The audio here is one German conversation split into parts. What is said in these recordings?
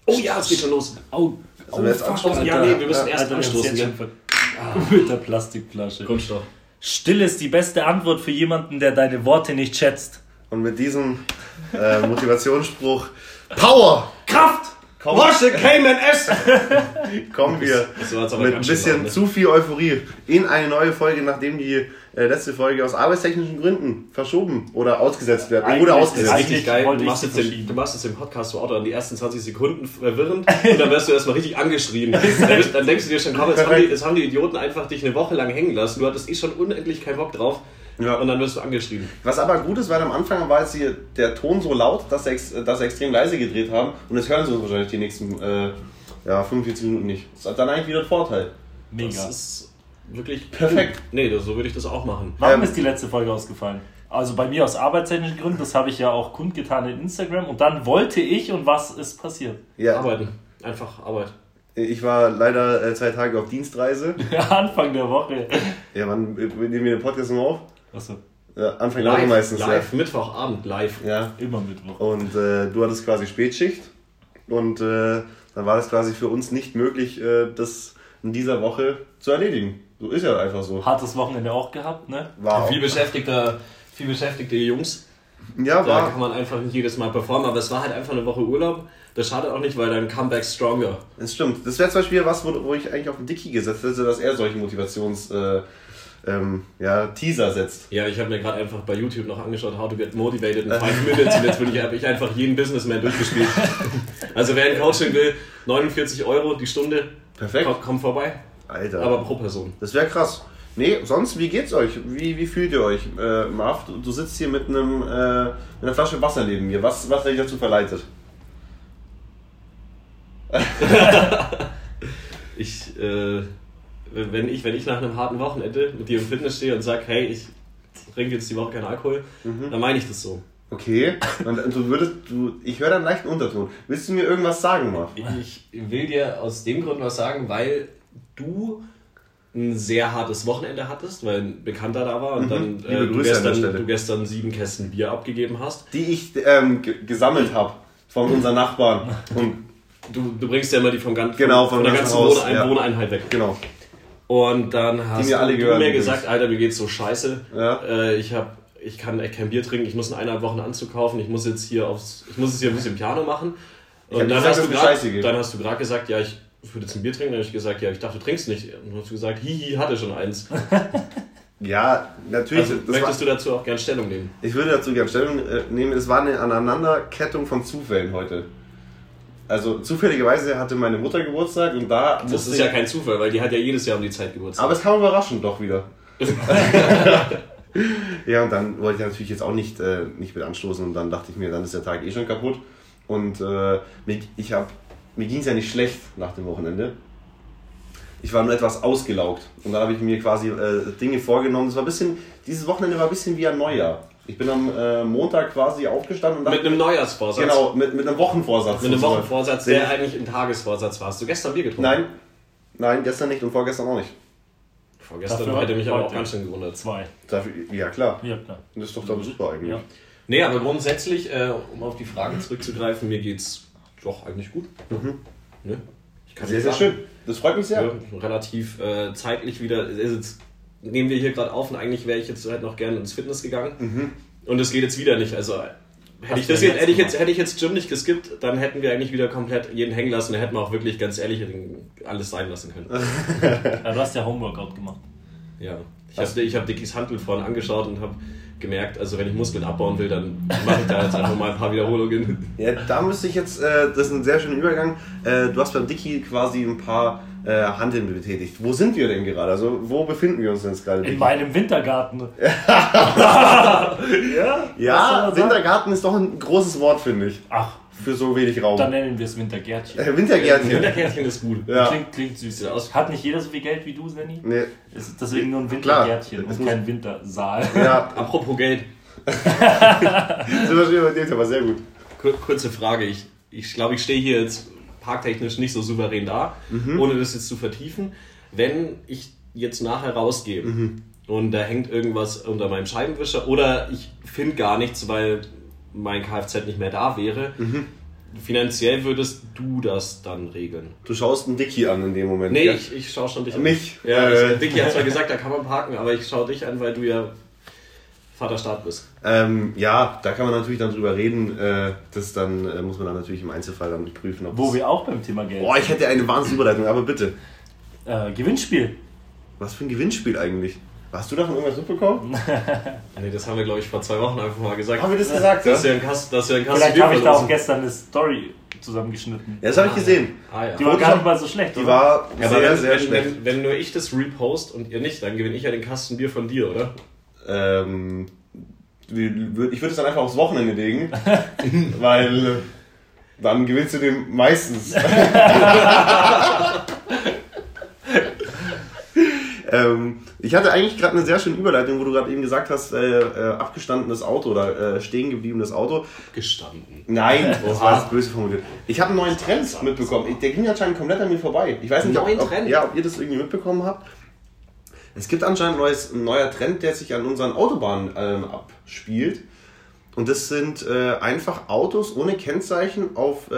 Oh ja, es geht schon los. Oh, Ja, nee, wir müssen erst anstoßen. Mit der Plastikflasche. Kunststoff. Still ist die beste Antwort für jemanden, der deine Worte nicht schätzt. Und mit diesem Motivationsspruch Power! Kraft! Wasche Cayman S! Kommen wir mit ein bisschen zu viel Euphorie in eine neue Folge, nachdem die letzte Folge aus arbeitstechnischen Gründen verschoben oder ausgesetzt wird. Eigentlich Oder Das ausgesetzt. ist richtig geil. wollte Du ich machst jetzt den Podcast so Auto an die ersten 20 Sekunden verwirrend und dann wirst du erstmal richtig angeschrien. Dann denkst du dir schon, komm, jetzt haben die Idioten einfach dich eine Woche lang hängen lassen. Du hattest schon unendlich keinen Bock drauf. Ja. Und dann wirst du angeschrieben. Was aber gut ist, weil am Anfang war jetzt der Ton so laut, dass sie extrem leise gedreht haben. Und jetzt hören sie uns wahrscheinlich die nächsten 45 Minuten nicht. Das hat dann eigentlich wieder ein Vorteil. Mega. Das ist wirklich Perfekt. Nee, so würde ich das auch machen. Warum ist die letzte Folge ausgefallen? Also bei mir aus arbeitstechnischen Gründen, das habe ich ja auch kundgetan in Instagram. Und dann wollte ich und was ist passiert? Ja, Arbeiten. Einfach Arbeit. ich war leider 2 Tage auf Dienstreise. Anfang der Woche. Ja, wann nehmen wir den Podcast noch auf? Achso, Ja, Anfang der Woche meistens. Live, Mittwochabend, live. Ja. immer Mittwoch. Und du hattest quasi Spätschicht. Und dann war das quasi für uns nicht möglich, das in dieser Woche zu erledigen. So ist ja einfach so. Hartes Wochenende auch gehabt, ne? War auch. Viel beschäftigte Jungs. Ja, Da war. kann man einfach nicht jedes Mal performen, aber es war halt einfach eine Woche Urlaub. Das schadet auch nicht, weil dann Comeback stronger. Das stimmt. Das wäre zum Beispiel was, wo ich eigentlich auf den Dicky gesetzt hätte, dass er solche Teaser setzt. Ja, ich habe mir gerade einfach bei YouTube noch angeschaut, How to Get Motivated in 5 Minutes und jetzt habe ich einfach jeden Businessman durchgespielt. Also wer ein Coaching will, 49 € die Stunde, Perfekt. kommt vorbei, Alter. aber pro Person. Das wäre krass. Nee, sonst, wie geht's euch? Wie fühlt ihr euch? Marv, du sitzt hier mit einer Flasche Wasser neben mir. Was hat dich dazu verleitet? Wenn ich nach einem harten Wochenende mit dir im Fitness stehe und sage, hey, ich trinke jetzt die Woche keinen Alkohol, dann meine ich das so. Okay. Und ich höre da einen leichten Unterton. Willst du mir irgendwas sagen, Marv? Ich will dir aus dem Grund was sagen, weil du ein sehr hartes Wochenende hattest, weil ein Bekannter da war und dann Liebe Grüße an der Stelle. du gestern 7 Kästen Bier abgegeben hast. Die ich gesammelt habe von unseren Nachbarn. Und Du bringst ja immer die von der ganzen Haus, ja. Wohneinheit weg. Genau. Und dann hast mir alle du gehören mir übrigens. gesagt, Alter, mir geht's so scheiße. Ja. Ich kann echt kein Bier trinken, ich muss in 1,5 Wochen einen Anzug kaufen, ich muss jetzt hier ein bisschen Piano machen. Und hab dann gesagt, hast, dass du mir grad, Scheiße geht. dann hast du gerade gesagt, ja, ich würde jetzt ein Bier trinken. Dann habe ich gesagt, ja, ich dachte, du trinkst nicht. Und dann hast du gesagt, hihi, hatte schon eins. Ja, natürlich. Also möchtest du dazu auch gern Stellung nehmen? Ich würde dazu gerne Stellung nehmen. Es war eine Aneinanderkettung von Zufällen heute. Also zufälligerweise hatte meine Mutter Geburtstag und da Das musste ist ja kein Zufall, weil die hat ja jedes Jahr um die Zeit Geburtstag. Aber es kam überraschend doch wieder. Ja, und dann wollte ich natürlich jetzt auch nicht mit anstoßen und dann dachte ich mir, dann ist der Tag eh schon kaputt. Und mir ging es ja nicht schlecht nach dem Wochenende. Ich war nur etwas ausgelaugt und dann habe ich mir quasi Dinge vorgenommen. Dieses Wochenende war ein bisschen wie ein Neujahr. Ich bin am Montag quasi aufgestanden und dachte, mit einem Neujahrsvorsatz. Genau, mit einem Wochenvorsatz. Mit einem Wochenvorsatz, der eigentlich ein Tagesvorsatz war. Hast du gestern Bier getrunken? Nein, gestern nicht und vorgestern auch nicht. Vorgestern Dafür hätte mich aber auch heute. ganz schön gewundert. 2. Ja, klar. Ja, klar. Das ist doch dann super eigentlich. Ja. Nee, aber grundsätzlich, um auf die Frage zurückzugreifen, mir geht's doch eigentlich gut. Ne? Ich kann Sehr, nicht sehr sagen. schön. Das freut mich sehr. Ja, relativ zeitlich wieder. Jetzt nehmen wir hier gerade auf und eigentlich wäre ich jetzt halt noch gerne ins Fitness gegangen. Und es geht jetzt wieder nicht. Also hätte ich jetzt Gym nicht geskippt, dann hätten wir eigentlich wieder komplett jeden hängen lassen. Da hätten wir auch wirklich ganz ehrlich alles sein lassen können. Ja, du hast ja Homeworkout gemacht. Ja. Ich hab Dickys Hantel vorhin angeschaut und habe gemerkt, also wenn ich Muskeln abbauen will, dann mache ich da jetzt einfach mal ein paar Wiederholungen. Ja, da müsste ich jetzt, das ist ein sehr schöner Übergang, du hast beim Dicky quasi ein paar Handeln betätigt. Wo sind wir denn gerade? Also wo befinden wir uns denn jetzt gerade? In Dicky? meinem Wintergarten. Ja, Wintergarten ist doch ein großes Wort, finde ich. Ach, Für so wenig Raum. dann nennen wir es Wintergärtchen. Wintergärtchen. Winterkärtchen ist gut. Ja. Klingt süß. Hat nicht jeder so viel Geld wie du, Senni? Nee. Es ist deswegen nur ein Klar. Wintergärtchen und kein Wintersaal. Ja, Apropos Geld, sind wir schon über dem Thema, sehr gut. kurze Frage. Ich glaube, ich stehe hier jetzt parktechnisch nicht so souverän da, ohne das jetzt zu vertiefen. Wenn ich jetzt nachher rausgehe und da hängt irgendwas unter meinem Scheibenwischer oder ich finde gar nichts, weil mein Kfz nicht mehr da wäre, finanziell würdest du das dann regeln. Du schaust einen Dicky an in dem Moment. Nee, ja? ich schaue schon dich an. Mich? Ja, Dicky hat zwar gesagt, da kann man parken, aber ich schaue dich an, weil du ja Vaterstaat bist. Ja, da kann man natürlich dann drüber reden. Das dann muss man dann natürlich im Einzelfall dann prüfen. Wo wir auch beim Thema Geld sind. Boah, ich hätte eine Wahnsinnsüberleitung, aber bitte. Gewinnspiel. Was für ein Gewinnspiel eigentlich? Hast du davon irgendwas mitbekommen? Nee, das haben wir, glaube ich, vor 2 Wochen einfach mal gesagt. Haben wir das gesagt, dass wir einen Kasten Vielleicht habe ich da auch gestern eine Story zusammengeschnitten. Ja, das habe ich gesehen. Ja. Die war gar nicht mal so schlecht, Die war sehr schlecht. Wenn nur ich das repost und ihr nicht, dann gewinne ich ja den Kasten Bier von dir, oder? Ich würde es dann einfach aufs Wochenende legen, weil dann gewinnst du den meistens. Ich hatte eigentlich gerade eine sehr schöne Überleitung, wo du gerade eben gesagt hast, abgestandenes Auto oder stehen gebliebenes Auto. Gestanden. Nein, das war jetzt böse formuliert. Ich habe einen neuen Trend mitbekommen. Der ging anscheinend komplett an mir vorbei. Ich weiß nicht, ob ihr das irgendwie mitbekommen habt. Es gibt anscheinend ein neuer Trend, der sich an unseren Autobahnen abspielt. Und das sind einfach Autos ohne Kennzeichen auf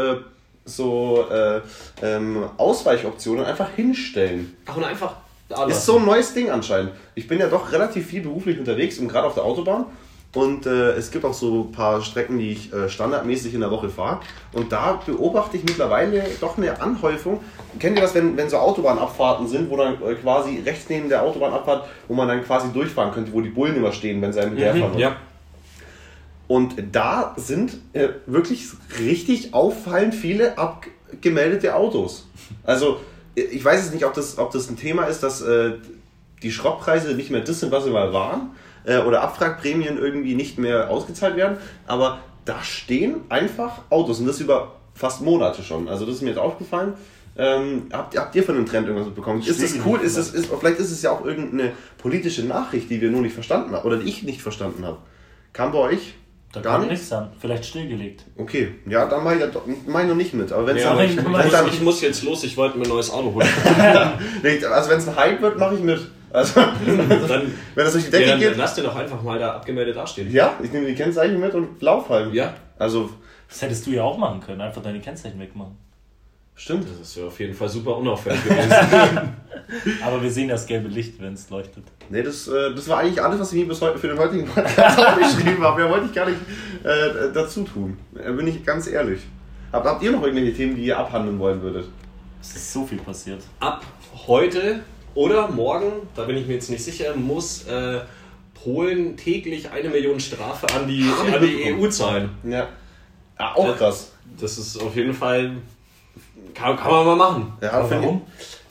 Ausweichoptionen einfach hinstellen. Ach, und einfach... Ist so ein neues Ding anscheinend. Ich bin ja doch relativ viel beruflich unterwegs und gerade auf der Autobahn. Und es gibt auch so ein paar Strecken, die ich standardmäßig in der Woche fahre. Und da beobachte ich mittlerweile doch eine Anhäufung. Kennt ihr das, wenn so Autobahnabfahrten sind, wo dann quasi rechts neben der Autobahnabfahrt, wo man dann quasi durchfahren könnte, wo die Bullen immer stehen, wenn sie einem hinterherfahren? Ja. Und da sind wirklich richtig auffallend viele abgemeldete Autos. Also ich weiß jetzt nicht, ob das ein Thema ist, dass die Schrottpreise nicht mehr das sind, was sie mal waren, oder Abwrackprämien irgendwie nicht mehr ausgezahlt werden, aber da stehen einfach Autos und das über fast Monate schon. Also das ist mir jetzt aufgefallen. Habt ihr von dem Trend irgendwas mitbekommen? Ist das cool? Vielleicht ist es ja auch irgendeine politische Nachricht, die wir nur nicht verstanden haben oder die ich nicht verstanden habe. Kam bei euch? Da kam nichts an. Vielleicht stillgelegt. Okay, ja, dann mach ich noch nicht mit. Aber wenn's ich muss jetzt los, ich wollte mir ein neues Auto holen. Also wenn es ein Hype wird, mache ich mit. Also, dann, wenn das durch die Decke geht... Dann lass dir doch einfach mal da abgemeldet dastehen. Ja, ich nehme die Kennzeichen mit und lauf halt. Ja. Also... Das hättest du ja auch machen können, einfach deine Kennzeichen wegmachen. Stimmt. Das ist ja auf jeden Fall super unauffällig gewesen. Aber wir sehen das gelbe Licht, wenn es leuchtet. Nee, das war eigentlich alles, was ich mir bis heute für den heutigen Podcast aufgeschrieben habe. Mehr wollte ich gar nicht dazu tun. Bin ich ganz ehrlich. Habt ihr noch irgendwelche Themen, die ihr abhandeln wollen würdet? Es ist so viel passiert. Ab heute oder morgen, da bin ich mir jetzt nicht sicher, muss Polen täglich 1 Million Strafe an die EU zahlen. Ja. Auch krass. Das ist auf jeden Fall... Kann man mal machen. Ja, aber warum?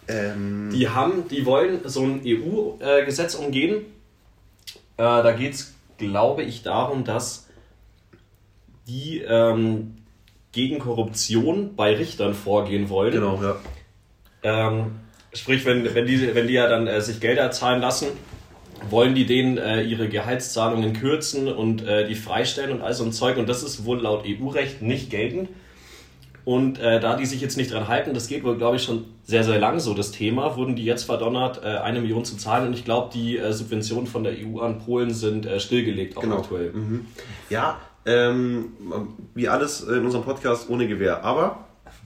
Die wollen so ein EU-Gesetz umgehen. Da geht es, glaube ich, darum, dass die gegen Korruption bei Richtern vorgehen wollen. Genau, ja. Sprich, wenn die ja dann sich Gelder zahlen lassen, wollen die denen ihre Gehaltszahlungen kürzen und die freistellen und all so ein Zeug. Und das ist wohl laut EU-Recht nicht geltend. Und da die sich jetzt nicht dran halten, das geht wohl, glaube ich, schon sehr, sehr lang so, das Thema, wurden die jetzt verdonnert, 1 Million zu zahlen. Und ich glaube, die Subventionen von der EU an Polen sind stillgelegt, auch aktuell. Mhm. Ja, wie alles in unserem Podcast ohne Gewähr. Aber...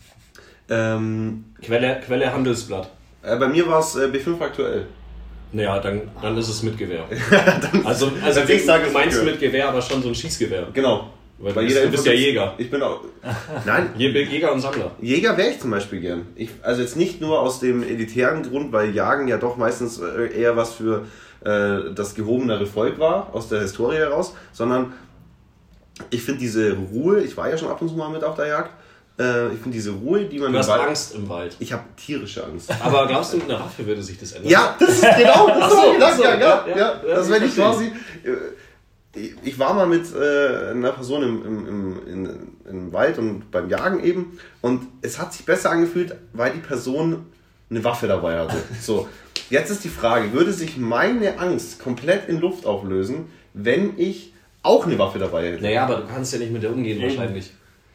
Quelle Handelsblatt. Bei mir war es B5 aktuell. Naja, dann ist es mit Gewehr. also du meinst mit Gewehr, aber schon so ein Schießgewehr. Genau. Weil du bist ja Jäger. Ich bin auch... Nein. Jäger und Sammler. Jäger wäre ich zum Beispiel gern. Also jetzt nicht nur aus dem elitären Grund, weil Jagen ja doch meistens eher was für das gehobenere Volk war, aus der Historie heraus, sondern ich finde diese Ruhe, ich war ja schon ab und zu mal mit auf der Jagd, ich finde diese Ruhe, die man... Du hast Angst im Wald. Ich habe tierische Angst. Aber glaubst du, mit einer Waffe würde sich das ändern? Ja, das ist genau das, was ich gedacht habe. Ja, das wenn ich quasi... Ich war mal mit einer Person im Wald und beim Jagen eben und es hat sich besser angefühlt, weil die Person eine Waffe dabei hatte. So, jetzt ist die Frage, würde sich meine Angst komplett in Luft auflösen, wenn ich auch eine Waffe dabei hätte? Naja, aber du kannst ja nicht mit der umgehen wahrscheinlich.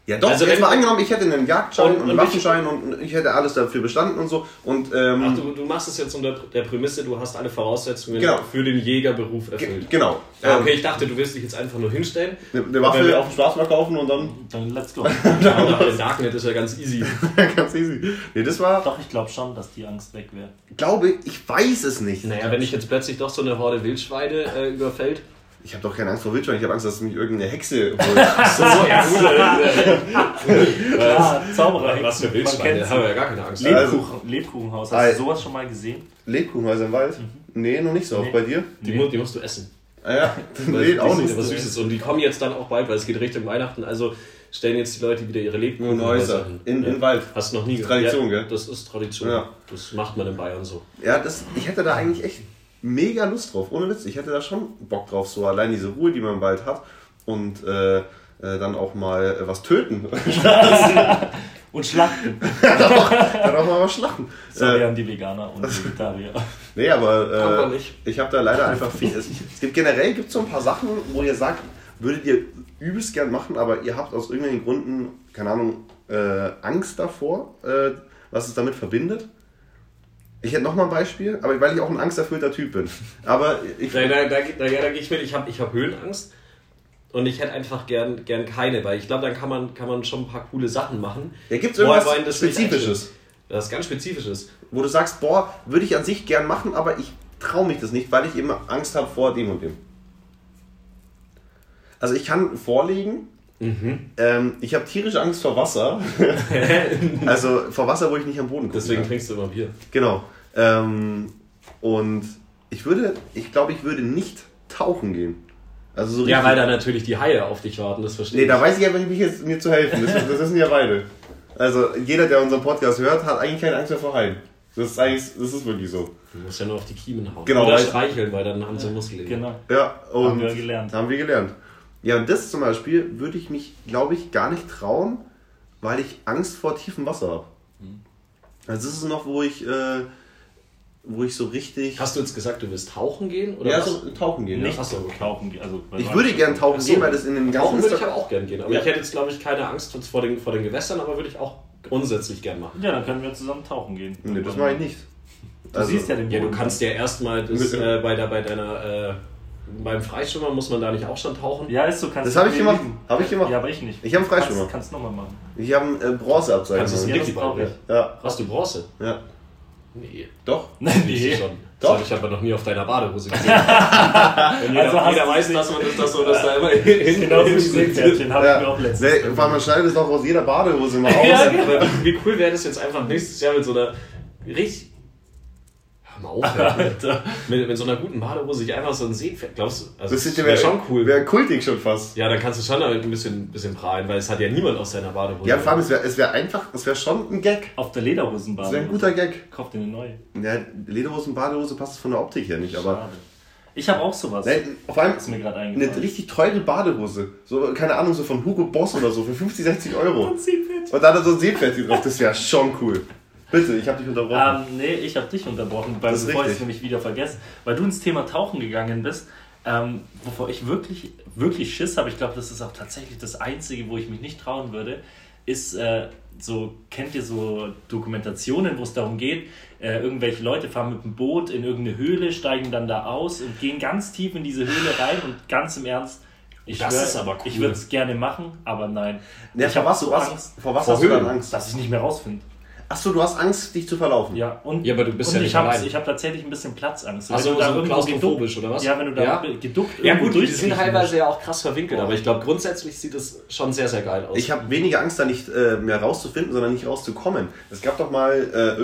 Ja doch, Also jetzt wenn- mal angenommen, ich hätte einen Jagdschein und einen und Waffenschein und ich hätte alles dafür bestanden und so. Und, Ach, du machst es jetzt unter der Prämisse, du hast alle Voraussetzungen Genau. für den Jägerberuf erfüllt. genau. Ja, okay, ich dachte, du willst dich jetzt einfach nur hinstellen. Eine Waffe auf dem Schwarzmarkt kaufen und dann Dann let's go. Ja, und auch in Darknet ist ja ganz easy. ganz easy. Nee, das war, Doch, ich glaube schon, dass die Angst weg wäre. glaube ich, weiß es nicht. Naja, wenn dich jetzt plötzlich doch so eine Horde Wildschweine überfällt. Ich habe doch keine Angst vor Wildschweinen, ich habe Angst, dass mich irgendeine Hexe holt. So, ja gut. Ja, Zauberer. Was für Man Wildschweine, kennt's. da haben wir ja gar keine Angst. Lebkuchenhaus. Hast du sowas schon mal gesehen? Lebkuchenhäuser im Wald? Nee, noch nicht so. Auch Nee. bei dir? Die musst du essen. Ah, ja, Weil nee, die auch sind nicht. was Süßes. Und die kommen jetzt dann auch bald, weil es geht Richtung Weihnachten. Also stellen jetzt die Leute wieder ihre Lebkuchenhäuser Lebkuchenhäuser in den Wald. Hast du noch nie Tradition, ja, gell? Das ist Tradition. Ja. Das macht man in Bayern so. Ja, ich hätte da eigentlich echt mega Lust drauf. Ohne Witz, ich hätte da schon Bock drauf. So allein diese Ruhe, die man im Wald hat. Und dann auch mal was töten. Und Schlachten. Dann auch mal was schlachten. Sorry an die Veganer und Vegetarier. Nee, Kann aber man nicht. ich habe da leider einfach viel. Es gibt generell so ein paar Sachen, wo ihr sagt, würdet ihr übelst gern machen, aber ihr habt aus irgendwelchen Gründen, keine Ahnung, Angst davor, was es damit verbindet. Ich hätte noch mal ein Beispiel, aber weil ich auch ein angsterfüllter Typ bin. Aber ich. Da gehe ich mit. Ich hab Höhenangst. Und ich hätte einfach gern keine, weil ich glaube, dann kann man schon ein paar coole Sachen machen. Ja, gibt es Wo irgendwas aber das nicht Spezifisches, einschätzt. Das ist ganz Spezifisches. wo du sagst, boah, würde ich an sich gern machen, aber ich traue mich das nicht, weil ich immer Angst habe vor dem und dem. Also ich kann vorlegen, ich habe tierische Angst vor Wasser. Also vor Wasser, wo ich nicht am Boden gucke. Deswegen trinkst du immer Bier. Genau. Und ich glaube, ich würde nicht tauchen gehen. Also so Ja, richtig- weil da natürlich die Haie auf dich warten, das verstehe Nee, ich. da weiß ich aber nicht, wie jetzt mir zu helfen. Das wissen ja beide. Also jeder, der unseren Podcast hört, hat eigentlich keine Angst mehr vor Haien. Das ist wirklich so. Du musst ja nur auf die Kiemen hauen. Genau, Oder weil- streicheln, weil dann haben sie Muskeln. Genau. Ja, und Haben wir gelernt. Haben wir gelernt. Ja, und das zum Beispiel würde ich mich, glaube ich, gar nicht trauen, weil ich Angst vor tiefem Wasser habe. Also das ist noch, wo ich so richtig... Hast du jetzt gesagt, du willst tauchen gehen? Oder ja, was? so tauchen gehen. Nicht Ja. Achso, okay. tauchen. Also, Ich würde gern tauchen Ach so. gehen, weil das in den ganzen... Tauchen würde ich aber auch gern gehen. Aber Ja. ich hätte jetzt, glaube ich, keine Angst vor den Gewässern, aber würde ich auch grundsätzlich gern machen. Ja, dann können wir zusammen tauchen gehen. Nee, das mache ich nicht. Du siehst ja den Ja, du Boden. kannst ja erstmal beim Freischwimmer muss man da nicht auch schon tauchen? Ja, ist so. Kannst Das du habe ich dir gemacht. üben. Habe ich gemacht. Ja, aber ich nicht. Ich habe einen Freischwimmer. Kannst nochmal machen. Ich habe ein Bronzeabzeichen. Kannst du es Ja, in das Dickyball, brauche ich. Ja, Hast du Bronze? ja. Nee. Doch. Nee. Schon. Doch. Ich habe aber noch nie auf deiner Badehose gesehen. Wenn jeder, Also hast jeder du weiß, sie- dass man das so, dass da immer Genau so ein Seepferdchen habe ich mir auch Ja. letztens. Nee, vor allem man schneidet es doch aus jeder Badehose mal aus. Ja, Aber wie cool wäre das jetzt einfach nächstes Jahr mit so einer richtig. Hör mal auf, Alter. mit so einer guten Badehose sich einfach so ein Seepferd. Glaubst du? Also Das wäre schon cool. Wäre kultig schon fast. Ja, dann kannst du schon damit ein bisschen prahlen, weil es hat ja niemand aus seiner Badehose. Ja, vor allem, es wäre einfach, es wäre schon ein Gag. Auf der Lederhosenbahn. Es wäre ein guter Gag. Kauf dir eine neue. Ja, Lederhosen, Badehose passt von der Optik her nicht, aber. Schade. Ich habe auch sowas. Nein, vor allem Ist mir gerade eine eingefallen. richtig teure Badehose. So, keine Ahnung, so von Hugo Boss oder so, für 50, 60 Euro. Und Seepferdchen. Und dann so ein Seepferdchen drauf, das wäre schon cool. Bitte, ich habe dich unterbrochen. Nee, ich habe dich unterbrochen, Das ist bevor ich es richtig. nämlich wieder vergesse. Weil du ins Thema Tauchen gegangen bist, wovor ich wirklich, wirklich Schiss habe, ich glaube, das ist auch tatsächlich das Einzige, wo ich mich nicht trauen würde, ist kennt ihr so Dokumentationen, wo es darum geht, irgendwelche Leute fahren mit dem Boot in irgendeine Höhle, steigen dann da aus und gehen ganz tief in diese Höhle rein und ganz im Ernst, ich Das schwör, ist aber cool. ich würde es gerne machen, aber nein. Ja, ich vor habe was, so was, Angst, vor was Vor hast du dann Höhen. Angst? dass ich nicht mehr rausfinde. Achso, du hast Angst, dich zu verlaufen. Ja, Ja, aber du bist ja ich nicht habe allein. tatsächlich ein bisschen Platzangst. Ach so, Wenn du da so irgendwo klaustrophobisch, geduckt- oder was? Ja, wenn du da Ja. geduckt Ja irgendwo gut, die durchkriechen sind teilweise musst. ja auch krass verwinkelt, aber ich glaube grundsätzlich sieht es schon sehr, sehr geil aus. Ich habe weniger Angst, da nicht mehr rauszufinden, sondern nicht rauszukommen. Es gab doch mal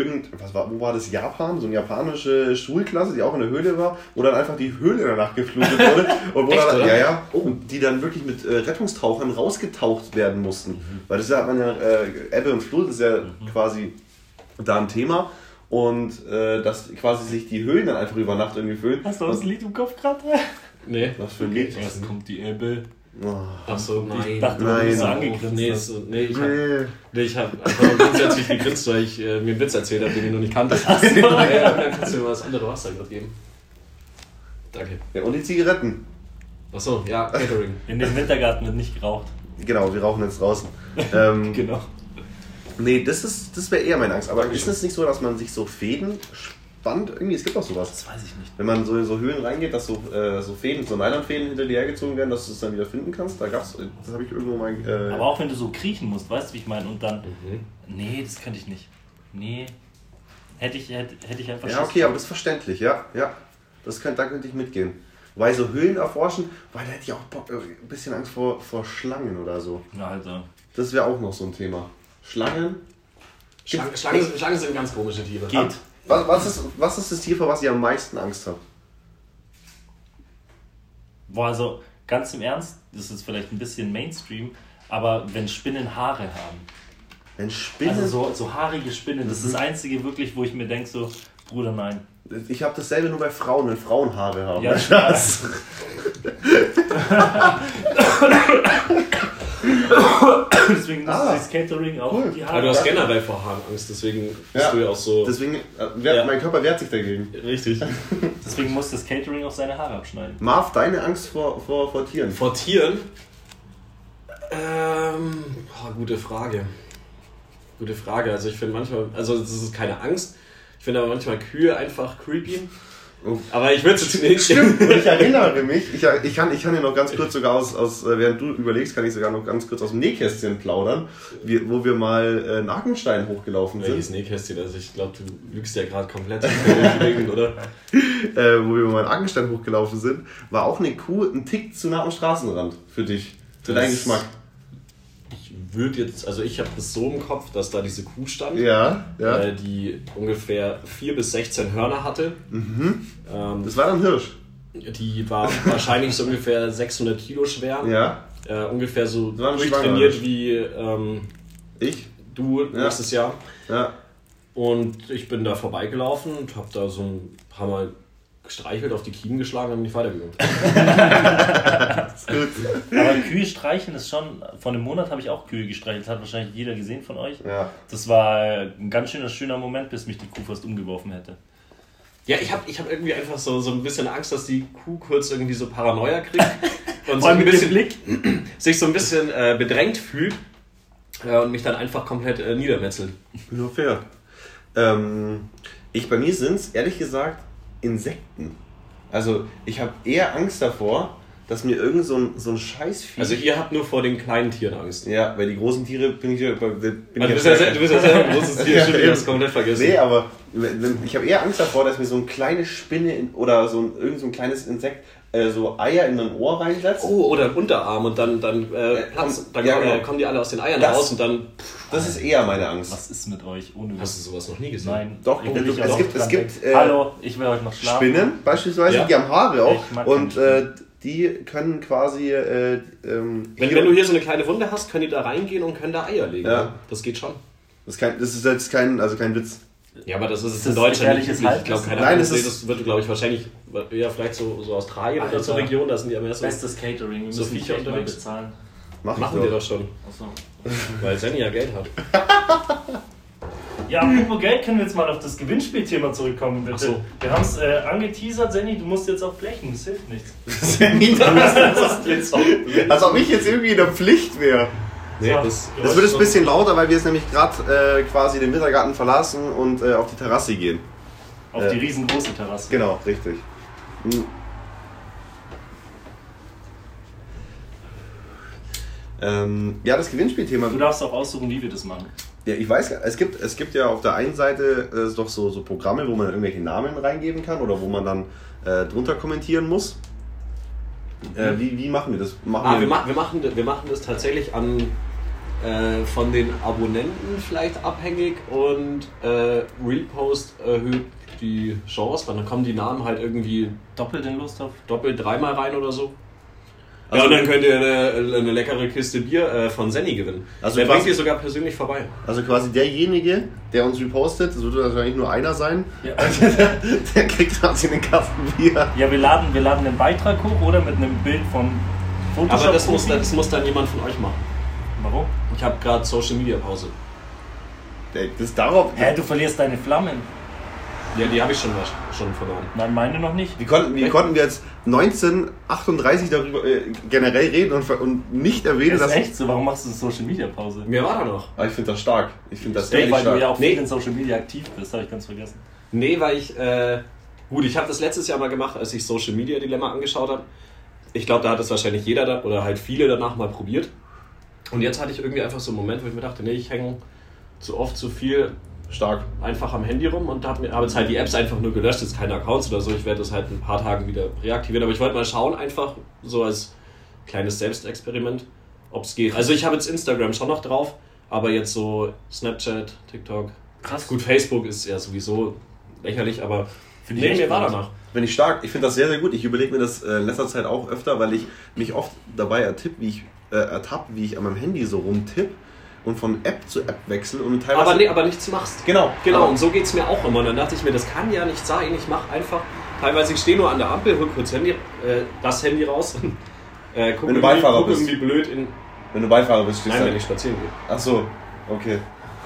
wo war das? Japan? So eine japanische Schulklasse, die auch in der Höhle war, wo dann einfach die Höhle danach geflutet wurde. Und wo Echt, dann, oder? ja, ja. Und die dann wirklich mit Rettungstauchern rausgetaucht werden mussten. Weil das hat man ja, Ebbe und Flut ist ja quasi da ein Thema. Und dass quasi sich die Höhlen dann einfach über Nacht irgendwie füllen. Hast du das Lied im Kopf gerade? Nee. Was für ein Lied? Erst kommt die Ebbe. Oh. Ach so, nein. Ich dachte, Nein. du bist so Oh, angegrinst. Nee, hast. ich habe einfach nur grundsätzlich gegrinst, weil ich mir einen Witz erzählt habe, den ich noch nicht kannte. Ja, dann kannst du mir mal das andere Wasser gerade geben. Danke. Ja, und die Zigaretten. Achso, ja, Catering. In dem Wintergarten wird nicht geraucht. Genau, wir rauchen jetzt draußen. Genau. Nee, das wäre eher meine Angst. Aber ist es nicht so, dass man sich so Fäden spannt? Irgendwie, es gibt doch sowas. Das weiß ich nicht. Wenn man so in so Höhlen reingeht, dass so Fäden, so Nylonfäden hinter dir hergezogen werden, dass du es dann wieder finden kannst. Das habe ich irgendwo mal... Aber auch wenn du so kriechen musst, weißt du, wie ich meine? Und dann... Nee, das könnte ich nicht. Nee. Hätte ich einfach... Ja, okay, aber das ist verständlich, ja. Da könnte ich mitgehen. Weil so Höhlen erforschen, weil da hätte ich auch ein bisschen Angst vor Schlangen oder so. Ja, Alter. Das wäre auch noch so ein Thema. Schlangen? Schlangen sind ganz komische Tiere. Geht. Was ist das Tier, vor was ihr am meisten Angst habt? Boah, also ganz im Ernst, das ist vielleicht ein bisschen Mainstream, aber wenn Spinnen Haare haben. Wenn Spinnen... Also so haarige Spinnen, das ist das Einzige wirklich, wo ich mir denke so, Bruder, nein. Ich habe dasselbe nur bei Frauen, wenn Frauen Haare haben. Ja, Spaß. Deswegen muss das Catering auch cool. die Aber Haare. du hast generell vor Haaren Angst, deswegen bist du ja auch so... Deswegen, mein Körper wehrt sich dagegen. Richtig. Deswegen muss das Catering auch seine Haare abschneiden. Marv, deine Angst vor Tieren? Vor Tieren? Gute Frage. Also ich finde manchmal... Also das ist keine Angst. Ich finde aber manchmal Kühe einfach creepy. Oh. Aber ich würde es nicht... Stimmt, und ich erinnere mich, ich kann dir noch ganz kurz sogar während du überlegst, kann ich sogar noch ganz kurz aus dem Nähkästchen plaudern, wo wir mal einen Arkenstein hochgelaufen sind. Welches Nähkästchen? Also ich glaube, du lügst ja gerade komplett durch die Gegend, oder? Wo wir mal einen Arkenstein hochgelaufen sind, war auch eine Kuh ein Tick zu nah am Straßenrand für dich, für deinen Geschmack. Ich habe das so im Kopf, dass da diese Kuh stand, ja. Die ungefähr 4 bis 16 Hörner hatte. Das war dann Hirsch. Die war wahrscheinlich so ungefähr 600 Kilo schwer. Ja. Ungefähr so durchtrainiert durchtrainiert wie du nächstes Jahr. Ja. Und ich bin da vorbeigelaufen und habe da so ein paar Mal gestreichelt, auf die Kiemen geschlagen und mich weitergegangen. Aber Kühe streicheln ist schon... Vor einem Monat habe ich auch Kühe gestreichelt, hat wahrscheinlich jeder gesehen von euch. Ja. Das war ein ganz schöner Moment, bis mich die Kuh fast umgeworfen hätte. Ja, ich hab irgendwie einfach so ein bisschen Angst, dass die Kuh kurz irgendwie so Paranoia kriegt und so ein bisschen Blick sich so ein bisschen bedrängt fühlt und mich dann einfach komplett niedermetzelt. Ja, fair. Bei mir sind es, ehrlich gesagt, Insekten. Also ich habe eher Angst davor, dass mir irgend so ein Scheißvieh... Also ihr habt nur vor den kleinen Tieren Angst. Ja, weil die großen Tiere bin ich ja... Du bist ja selber ein großes Tier, stimmt, ich hab's komplett vergessen. Nee, aber ich habe eher Angst davor, dass mir so eine kleine Spinne oder irgend so ein kleines Insekt so Eier in mein Ohr reinsetzt. Oh, oder ein Unterarm und dann kommen die alle aus den Eiern raus und dann... Das ist eher meine Angst. Was ist mit euch? Ohne Hast du sowas noch nie gesehen? Nein. Doch, es gibt hallo, ich will heute noch schlafen. Spinnen beispielsweise, die haben Haare auch und keine die können quasi... wenn du hier so eine kleine Wunde hast, können die da reingehen und können da Eier legen. Ja. Das geht schon. Das ist jetzt kein Witz. Ja, aber das ist in Deutschland nicht üblich. Ich glaube, das wird, glaube ich, wahrscheinlich vielleicht so Australien oder so Region, da sind die am ersten. Bestes Catering, wir so müssen Viecher nicht mal unterwegs bezahlen. Machen wir doch schon. Achso. Weil Senni ja Geld hat. Ja, apropos Geld, können wir jetzt mal auf das Gewinnspielthema zurückkommen, bitte. So. Wir haben es angeteasert, Senni, du musst jetzt auch blechen, das hilft nichts. Als ob ich jetzt irgendwie in der Pflicht wäre. Nee, So. Das wird jetzt ein bisschen lauter, weil wir jetzt nämlich gerade quasi den Wintergarten verlassen und auf die Terrasse gehen. Auf die riesengroße Terrasse. Genau, richtig. Ja, das Gewinnspielthema. Du darfst auch aussuchen, wie wir das machen. Ja, ich weiß, es gibt ja auf der einen Seite doch so Programme, wo man irgendwelche Namen reingeben kann oder wo man dann drunter kommentieren muss. Wie machen wir das? Wir machen das tatsächlich von den Abonnenten vielleicht abhängig und Repost erhöht die Chance, dann kommen die Namen halt irgendwie Doppelt in Lust auf? doppelt dreimal rein oder so. Also, ja, und dann könnt ihr eine leckere Kiste Bier von Senni gewinnen. Also der bringt ihr sogar persönlich vorbei. Also quasi derjenige, der uns repostet, das wird wahrscheinlich nur einer sein, Ja. der kriegt quasi einen Kasten Bier. Ja, wir laden einen Beitrag hoch, oder? Mit einem Bild von Photoshop. Aber das muss dann jemand von euch machen. Warum? Ich habe gerade Social Media Pause. Das darauf. Hä, du verlierst deine Flammen. Ja, die habe ich schon verloren. Nein, meine noch nicht. Wie konnten wir jetzt 1938 darüber generell reden und nicht erwähnen, Das ist echt so, warum machst du eine Social Media Pause? Mir war da noch. Aber ich finde das stark. Ich finde das Weil ehrlich du stark. ja auch viel in Social Media aktiv bist, habe ich ganz vergessen. Nee, weil ich, gut, ich habe das letztes Jahr mal gemacht, als ich Social Media Dilemma angeschaut habe. Ich glaube, da hat es wahrscheinlich jeder oder halt viele danach mal probiert. Und jetzt hatte ich irgendwie einfach so einen Moment, wo ich mir dachte, nee, ich hänge zu oft zu viel Stark. einfach am Handy rum und habe jetzt halt die Apps einfach nur gelöscht, jetzt keine Accounts oder so. Ich werde das halt in ein paar Tagen wieder reaktivieren. Aber ich wollte mal schauen, einfach so als kleines Selbstexperiment, ob es geht. Also ich habe jetzt Instagram schon noch drauf, aber jetzt so Snapchat, TikTok. Krass. Gut, Facebook ist ja sowieso lächerlich, aber Finde ich mir echt war krass. danach. Finde ich stark. Ich finde das sehr, sehr gut. Ich überlege mir das in letzter Zeit auch öfter, weil ich mich oft dabei ertappe, wie ich an meinem Handy so rumtippe und von App zu App wechsle und teilweise... Aber nichts machst. Genau. Genau, und so geht es mir auch immer. Und dann dachte ich mir, das kann ja nicht sein. Ich mache einfach, teilweise ich stehe nur an der Ampel, hol kurz das Handy raus und guck Wenn du Beifahrer bist. irgendwie blöd in... Wenn du Beifahrer bist, stehst Nein, du... wenn ich spazieren gehe. Ach so, okay.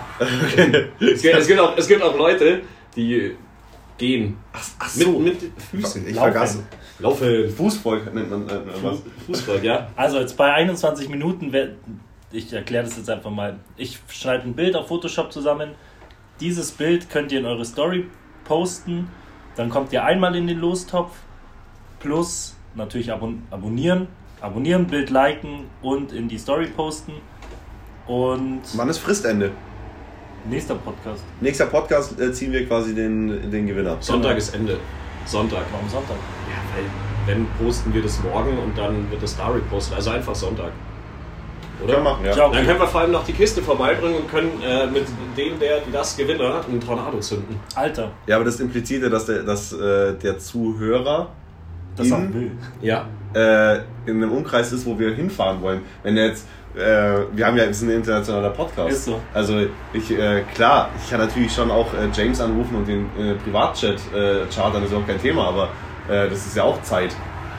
Es gibt auch Leute, die gehen. Ach so. Mit Füßen. Ich Laufen. vergaß. Laufen. Fußvolk nennt man was. Fußball, ja. Also jetzt bei 21 Minuten, ich erkläre das jetzt einfach mal. Ich schneide ein Bild auf Photoshop zusammen. Dieses Bild könnt ihr in eure Story posten. Dann kommt ihr einmal in den Lostopf. Plus natürlich abonnieren, Bild liken und in die Story posten. Und Wann ist Fristende? nächster Podcast. Nächster Podcast ziehen wir quasi den Gewinner. Sonntag ist Ende. Sonntag. Warum Sonntag? Ja, weil wenn posten wir das morgen und dann wird das da repostet. Also einfach Sonntag. Oder? Können wir machen, ja. Ja, okay. Dann können wir vor allem noch die Kiste vorbeibringen und können mit dem, die das Gewinner, einen Tornado zünden. Alter, Ja, aber das impliziert ja, dass der Zuhörer das auch will. Ja. in einem Umkreis ist, wo wir hinfahren wollen. Wenn der jetzt, wir haben ja jetzt ein internationaler Podcast. Ist so. Also klar, ich kann natürlich schon auch James anrufen und den Privatchat chartern, das ist auch kein Thema, aber das ist ja auch Zeit.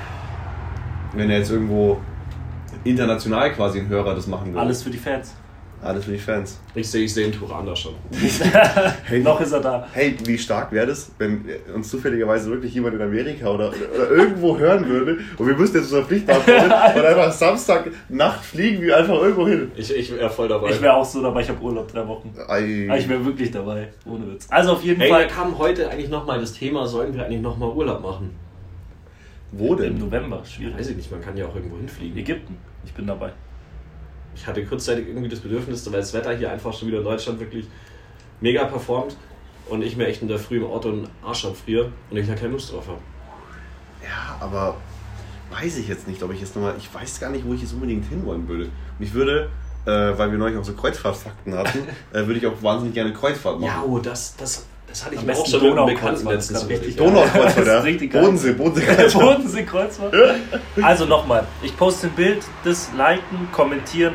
Wenn er jetzt irgendwo international quasi ein Hörer das machen will. Alles für die Fans. Alles für die Fans. Ich sehe den Turanda schon. Hey, Noch ist er da. Hey, wie stark wäre das, wenn uns zufälligerweise wirklich jemand in Amerika oder irgendwo hören würde und wir müssten jetzt unser Pflichtbad holen und einfach Samstag Nacht fliegen wir einfach irgendwo hin. Ich wäre voll dabei. Ich wäre auch so dabei, ich habe Urlaub 3 Wochen. Aber ich wäre wirklich dabei, ohne Witz. Also auf jeden Hey, Fall da kam heute eigentlich nochmal das Thema, sollen wir eigentlich nochmal Urlaub machen? Wo im denn? November, schwierig. Weiß ich nicht, man kann ja auch irgendwo hinfliegen. Ägypten, ich bin dabei. Ich hatte kurzzeitig irgendwie das Bedürfnis, weil das Wetter hier einfach schon wieder in Deutschland wirklich mega performt und ich mir echt in der Früh im Auto einen Arsch abfriere und ich da keine Lust drauf habe. Ja, aber weiß ich jetzt nicht, ob ich jetzt nochmal, ich weiß gar nicht, wo ich jetzt unbedingt hinwollen würde. Und ich würde, weil wir neulich auch so Kreuzfahrtfakten hatten, würde ich auch wahnsinnig gerne Kreuzfahrt machen. Ja, oh, das hatte ich Am mir auch besten schon mit einem Donaukreuzfahrt, Bekannten letztens das ist richtig überlegt. Donaukreuzfahrt, Das ja. ist richtig geil. Bodensee. Bodensee-Kreuzfahrt. Also nochmal, ich poste ein Bild, das liken, kommentieren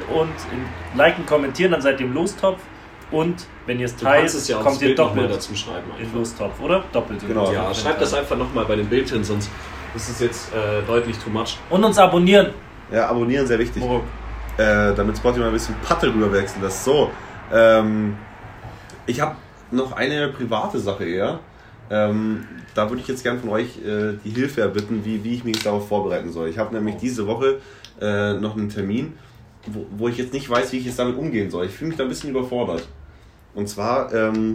dann seid ihr im Lostopf und wenn ihr es Du teilt, kannst es ja auch kommt das ihr Bild nochmal doppelt dazu schreiben. in Einfach. Lostopf, oder? Doppelt. in Genau. Lostopf. Ja, schreibt das einfach nochmal bei dem Bild hin, sonst ist es jetzt deutlich too much. Und uns abonnieren. Ja, abonnieren, sehr wichtig. Moruk. Damit Spotify mal ein bisschen Patte rüberwechseln. Das ist so. Ich habe noch eine private Sache eher. Da würde ich jetzt gern von euch die Hilfe erbitten, wie ich mich darauf vorbereiten soll. Ich habe nämlich diese Woche noch einen Termin, wo ich jetzt nicht weiß, wie ich jetzt damit umgehen soll. Ich fühle mich da ein bisschen überfordert. Und zwar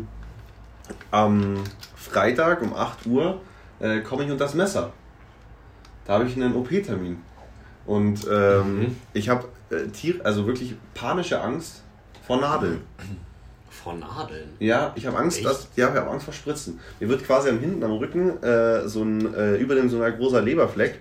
am Freitag um 8 Uhr komme ich unter das Messer. Da habe ich einen OP-Termin. Und ich habe also wirklich panische Angst vor Nadeln. Vor Nadeln? Ja, ich habe Angst, Echt? ich habe Angst vor Spritzen. Mir wird quasi hinten am Rücken über dem so ein großer Leberfleck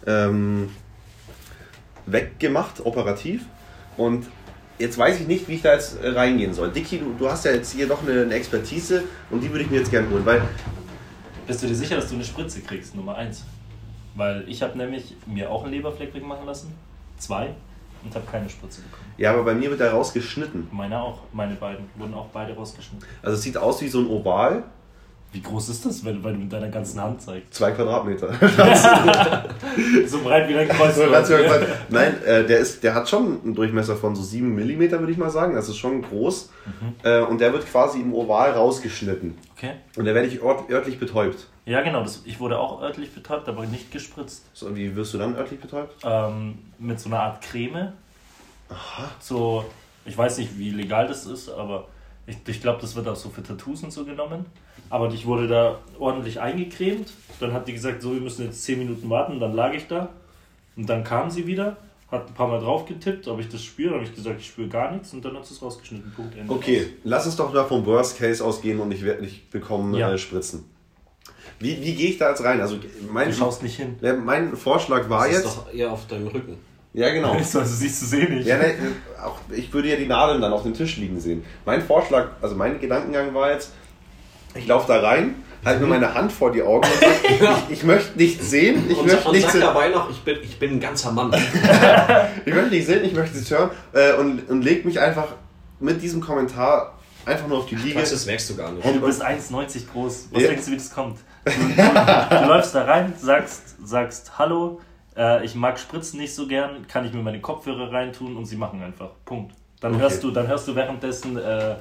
weggemacht, operativ. Und jetzt weiß ich nicht, wie ich da jetzt reingehen soll. Dicky, du hast ja jetzt hier doch eine Expertise und die würde ich mir jetzt gerne holen, weil Bist du dir sicher, dass du eine Spritze kriegst, Nummer 1? Weil ich habe nämlich mir auch einen Leberfleck wegmachen lassen, 2, und habe keine Spritze bekommen. ja, aber bei mir wird da rausgeschnitten. Meine auch, meine beiden wurden auch beide rausgeschnitten. Also es sieht aus wie so ein Oval, Wie groß ist das, weil du mit deiner ganzen Hand zeigst? 2 Quadratmeter. So breit wie dein Kreuz. Nein, der hat schon einen Durchmesser von so 7 mm, würde ich mal sagen. Das ist schon groß. Und der wird quasi im Oval rausgeschnitten. Okay. Und da werde ich örtlich betäubt. Ja, genau. Ich wurde auch örtlich betäubt, aber nicht gespritzt. So, und wie wirst du dann örtlich betäubt? Mit so einer Art Creme. Aha. So, ich weiß nicht, wie legal das ist, aber ich glaube, das wird auch so für Tattoos und so genommen. Aber ich wurde da ordentlich eingecremt. Dann hat die gesagt, so, wir müssen jetzt 10 Minuten warten. Dann lag ich da. Und dann kam sie wieder, hat ein paar Mal drauf getippt, ob ich das spüre. Dann habe ich gesagt, ich spüre gar nichts. Und dann hat sie es rausgeschnitten. Punkt, Ende. Okay, lass uns doch mal vom Worst Case ausgehen und ich bekomme Spritzen. Wie gehe ich da jetzt rein? Also Du schaust nicht hin. Mein Vorschlag war das jetzt... ist doch eher auf deinem Rücken. Ja, genau. Also siehst du sie nicht. Ja, ne, auch, ich würde ja die Nadeln dann auf dem Tisch liegen sehen. Mein Vorschlag, also mein Gedankengang war jetzt, ich laufe da rein, halte mir meine Hand vor die Augen und sage, ich möchte nichts sehen, ich möchte nichts sag dabei noch, ich bin ein ganzer Mann. ich möchte nichts sehen, ich möchte nichts hören und leg mich einfach mit diesem Kommentar einfach nur auf die Liege. Das merkst du gar nicht. Du bist 1,90 groß. Was denkst du, wie das kommt? Du läufst da rein, sagst Hallo, ich mag Spritzen nicht so gern, kann ich mir meine Kopfhörer reintun und sie machen einfach. Punkt. Dann hörst du währenddessen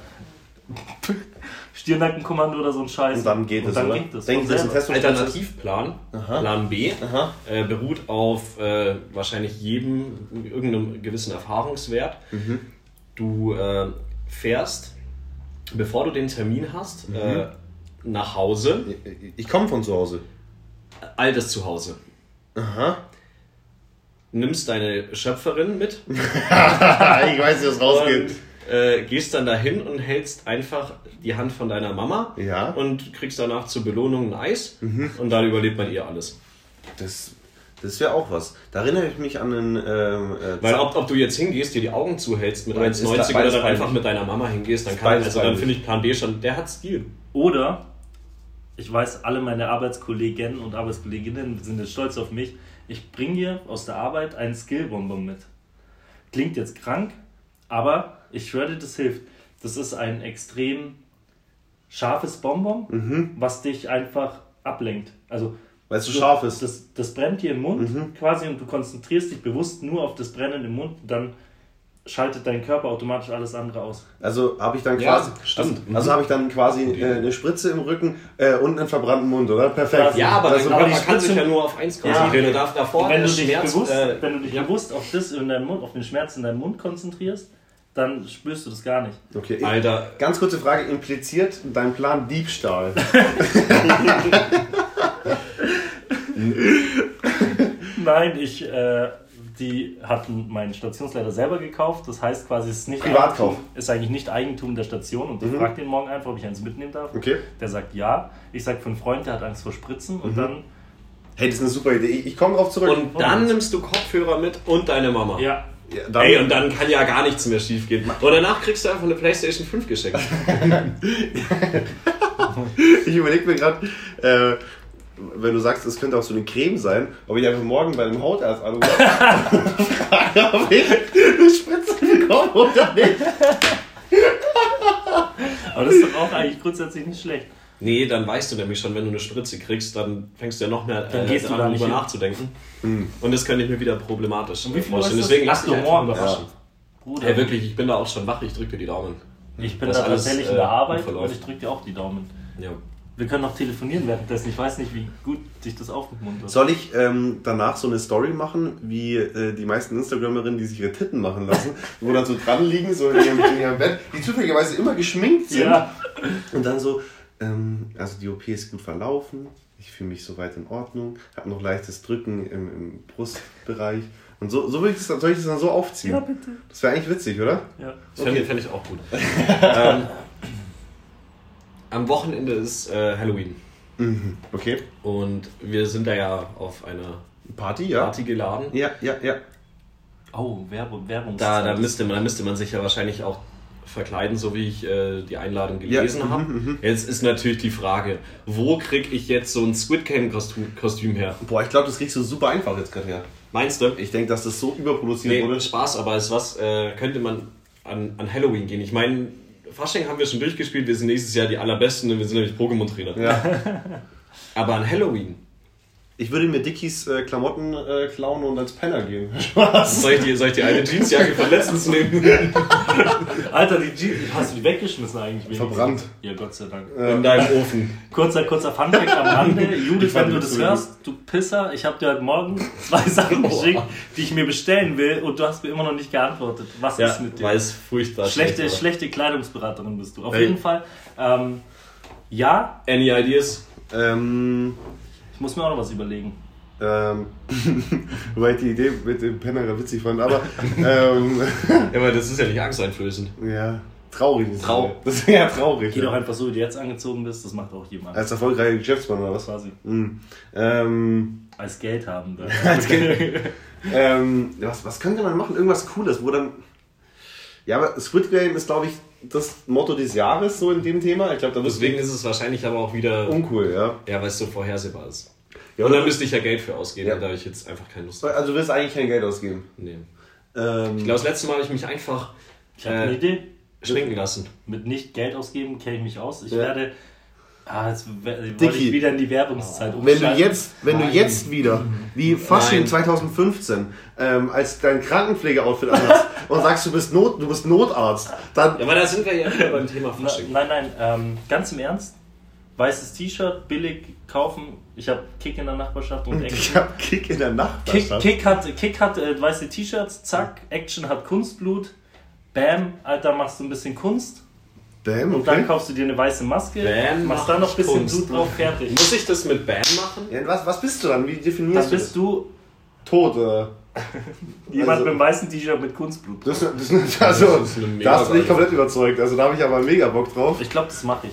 Stirnackenkommando oder so ein Scheiß. Und dann geht es, oder? Denke, das ist ein Alternativplan, Plan B, beruht auf wahrscheinlich irgendeinem gewissen Erfahrungswert. Du fährst, bevor du den Termin hast, nach Hause. Ich komme von zu Hause. Altes Zuhause. Aha. Nimmst deine Schöpferin mit. Ich weiß, wie das rausgeht. Und, gehst dann dahin und hältst einfach die Hand von deiner Mama und kriegst danach zur Belohnung ein Eis und dann überlebt man ihr alles. Das wäre auch was. Da erinnere ich mich an einen... Weil ob du jetzt hingehst, dir die Augen zuhältst mit 1,90 oder dann einfach mit deiner Mama hingehst, dann dann finde ich Plan B schon, der hat Stil. Oder, ich weiß, alle meine Arbeitskollegen und Arbeitskolleginnen sind jetzt stolz auf mich, ich bringe dir aus der Arbeit einen Skill-Bonbon mit. Klingt jetzt krank, aber ich schwöre dir, das hilft. Das ist ein extrem scharfes Bonbon, was dich einfach ablenkt. Also, weil es so scharf ist. Das brennt dir im Mund quasi und du konzentrierst dich bewusst nur auf das Brennen im Mund und dann schaltet dein Körper automatisch alles andere aus. Also habe ich dann quasi, eine Spritze im Rücken und einen verbrannten Mund, oder? Perfekt. Ja, aber also, man kann sich ja nur auf eins konzentrieren. Wenn du dich bewusst auf das in deinem Mund, auf den Schmerz in deinem Mund konzentrierst, dann spürst du das gar nicht. Okay, Alter. Ganz kurze Frage, impliziert dein Plan Diebstahl? Nein, die hatten meinen Stationsleiter selber gekauft. Das heißt quasi, es ist nicht Privatkauf. Ist eigentlich nicht Eigentum der Station. Und ich frage den morgen einfach, ob ich eins mitnehmen darf. Okay. Der sagt ja. Ich sage für einen Freund, der hat Angst vor Spritzen. Und dann... Hey, das ist eine super Idee. Ich komme drauf zurück. Und dann nimmst du Kopfhörer mit und deine Mama. Ja. Ey, und dann kann ja gar nichts mehr schief gehen. Und danach kriegst du einfach eine PlayStation 5 geschenkt. Ich überlege mir gerade... wenn du sagst, es könnte auch so eine Creme sein, ob ich einfach morgen bei einem Hautarzt anrufe und frage, ob ich eine Spritze bekomme oder nicht. Aber das ist doch auch eigentlich grundsätzlich nicht schlecht. Nee, dann weißt du nämlich schon, wenn du eine Spritze kriegst, dann fängst du ja noch mehr an, darüber nachzudenken. Und das könnte ich mir wieder problematisch vorstellen. Deswegen lass dich morgen überraschen. Bruder. Hey, wirklich, ich bin da auch schon wach, ich drücke dir die Daumen. Ich bin da tatsächlich in der Arbeit und ich drücke dir auch die Daumen. Ja. Wir können noch telefonieren währenddessen. Ich weiß nicht, wie gut dich das aufmuntert. Soll ich danach so eine Story machen, wie die meisten Instagrammerinnen, die sich ihre Titten machen lassen, wo dann so dran liegen, so in ihrem Bett, die zufälligerweise immer geschminkt sind. Ja. Und dann so, also die OP ist gut verlaufen, ich fühle mich soweit in Ordnung, habe noch leichtes Drücken im Brustbereich. Und soll ich das dann so aufziehen? Ja, bitte. Das wäre eigentlich witzig, oder? Ja. Das fände ich auch gut. Am Wochenende ist Halloween. Okay. Und wir sind da ja auf einer Party geladen. Ja. Oh, Werbung. Da müsste man sich ja wahrscheinlich auch verkleiden, so wie ich die Einladung gelesen habe. Jetzt ist natürlich die Frage, wo kriege ich jetzt so ein Squid Game Kostüm her? Boah, ich glaube, das kriegst du super einfach jetzt gerade her. Meinst du? Ich denke, dass das so überproduziert wurde. Spaß, aber könnte man an Halloween gehen? Ich meine, Fasching haben wir schon durchgespielt, wir sind nächstes Jahr die allerbesten und wir sind nämlich Pokémon-Trainer. Ja. Aber an Halloween. Ich würde mir Dickies Klamotten klauen und als Penner gehen. Spaß. Soll ich die eine Jeansjacke von letztens nehmen? Alter, die Jeans, hast du die weggeschmissen eigentlich? Verbrannt. Ja, Gott sei Dank. In deinem Ofen. Kurzer Funfact am Rande. Judith, wenn du das hörst, du Pisser, ich habe dir heute Morgen 2 Sachen geschickt, die ich mir bestellen will und du hast mir immer noch nicht geantwortet. Was ist mit dir? Weil es furchtbar Schlechte Kleidungsberaterin bist du. Auf jeden Fall, ja. Any ideas? Ich muss mir auch noch was überlegen. Wobei ich die Idee mit dem Penner witzig fand, aber Ja, aber das ist ja nicht angsteinflößend. ja, traurig ist das ist ja traurig. Geh doch einfach so, wie du jetzt angezogen bist, das macht auch jemand. Als erfolgreicher Geschäftsmann oder was? Quasi. Als Geld haben. Als Geld. Was könnte man machen? Irgendwas Cooles, wo dann... Ja, aber Squid Game ist, glaube ich, das Motto des Jahres so in dem Thema. Ich glaube, Deswegen ist es wahrscheinlich aber auch wieder... uncool, ja. Ja, weil es so vorhersehbar ist. Ja, und dann müsste ich ja Geld für ausgeben, Ja. da habe ich jetzt einfach keine Lust drauf. Also du willst eigentlich kein Geld ausgeben? Nee. Ich Ähm, glaube, das letzte Mal habe ich mich einfach Ich habe eine Idee. schminken lassen. Mit nicht Geld ausgeben kenne ich mich aus. Ich Ja. werde... jetzt wollte Dicky. ich wieder in die Werbungszeit wenn du umschalten. jetzt wieder, wie Fasching Nein. 2015, als dein Krankenpflegeoutfit anhast und sagst, du bist Notarzt, dann... Ja, aber da sind wir ja wieder beim Thema Fasching. Nein, ganz im Ernst. Weißes T-Shirt, billig kaufen. Ich habe Kick in der Nachbarschaft und Action. Ich hab Kick in der Nachbarschaft. Kick hat weiße T-Shirts, zack. Action hat Kunstblut. Bam, Alter, machst du ein bisschen Kunst. Bam, Und dann kaufst du dir eine weiße Maske, Bam, machst da noch ein bisschen Kunst. Blut drauf, fertig. Muss ich das mit Bam machen? Ja, was bist du dann? Wie Dann definierst du bist du Tot, jemand Also- mit einem weißen T-Shirt mit Kunstblut. also, Das ist eine da hast du mega mich komplett überzeugt. Also da habe ich aber mega Bock drauf. Ich glaube, das mache ich.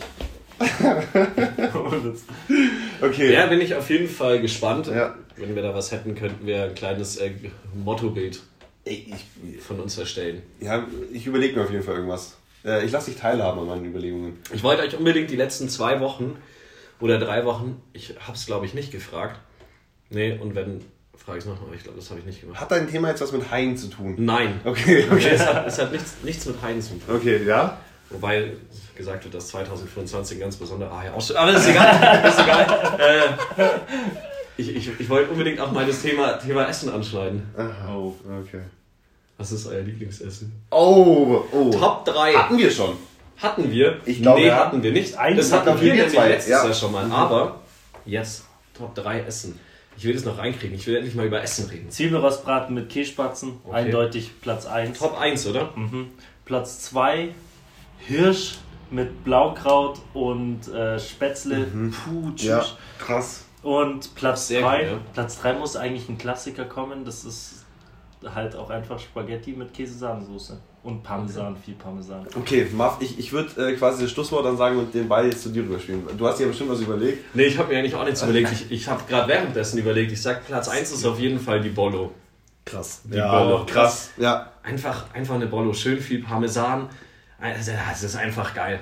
Okay. Ja, bin ich auf jeden Fall gespannt. Ja. Wenn wir da was hätten, könnten wir ein kleines Mottobild Ich von uns erstellen. überlege mir auf jeden Fall irgendwas. Ich lasse dich teilhaben an meinen Überlegungen. Ich wollte euch unbedingt die letzten 2 Wochen oder 3 Wochen, ich habe es glaube ich nicht gefragt. Nee, und wenn, frage ich es nochmal, ich glaube, das habe ich nicht gemacht. Hat dein Thema jetzt was mit Haien zu tun? Nein. Okay. Es hat nichts mit Heiden zu tun. Okay, ja? Wobei gesagt wird, dass 2025 ein ganz besonderer aussteht. Aber das ist egal. Das ist egal. Ich wollte unbedingt auch mal das Thema Essen anschneiden. Oh. Okay. Was ist euer Lieblingsessen? Oh. Top 3. Hatten wir schon. Hatten wir? Ich glaube, nee, ja. hatten wir nicht. Eigentlich Das hatten hatten wir wir nämlich zwei, letztes ja. Jahr schon mal. Aber jetzt Top 3 Essen. Ich will das noch reinkriegen. Ich will endlich mal über Essen reden. Zwiebelrostbraten mit Kässpatzen, Okay. eindeutig Platz 1. Top 1, oder? Platz 2, Hirsch mit Blaukraut und Spätzle. Puh, tschüss. Ja, krass. Und Platz Sehr 3, gut, ja. Platz 3 muss eigentlich ein Klassiker kommen. Das ist halt auch einfach Spaghetti mit Käse-Sahnesoße. Und Parmesan, viel Parmesan. Okay, Marv, ich würde quasi das Schlusswort dann sagen und den Ball jetzt zu dir rüberspielen. Du hast dir ja bestimmt was überlegt. Nee, ich habe mir eigentlich auch nichts überlegt. Ich habe gerade währenddessen überlegt. Ich sag, Platz 1 ist auf jeden Fall die Bollo. Krass. Die Bollo. Krass. Ja. Einfach eine Bollo. Schön viel Parmesan. Also, das ist einfach geil.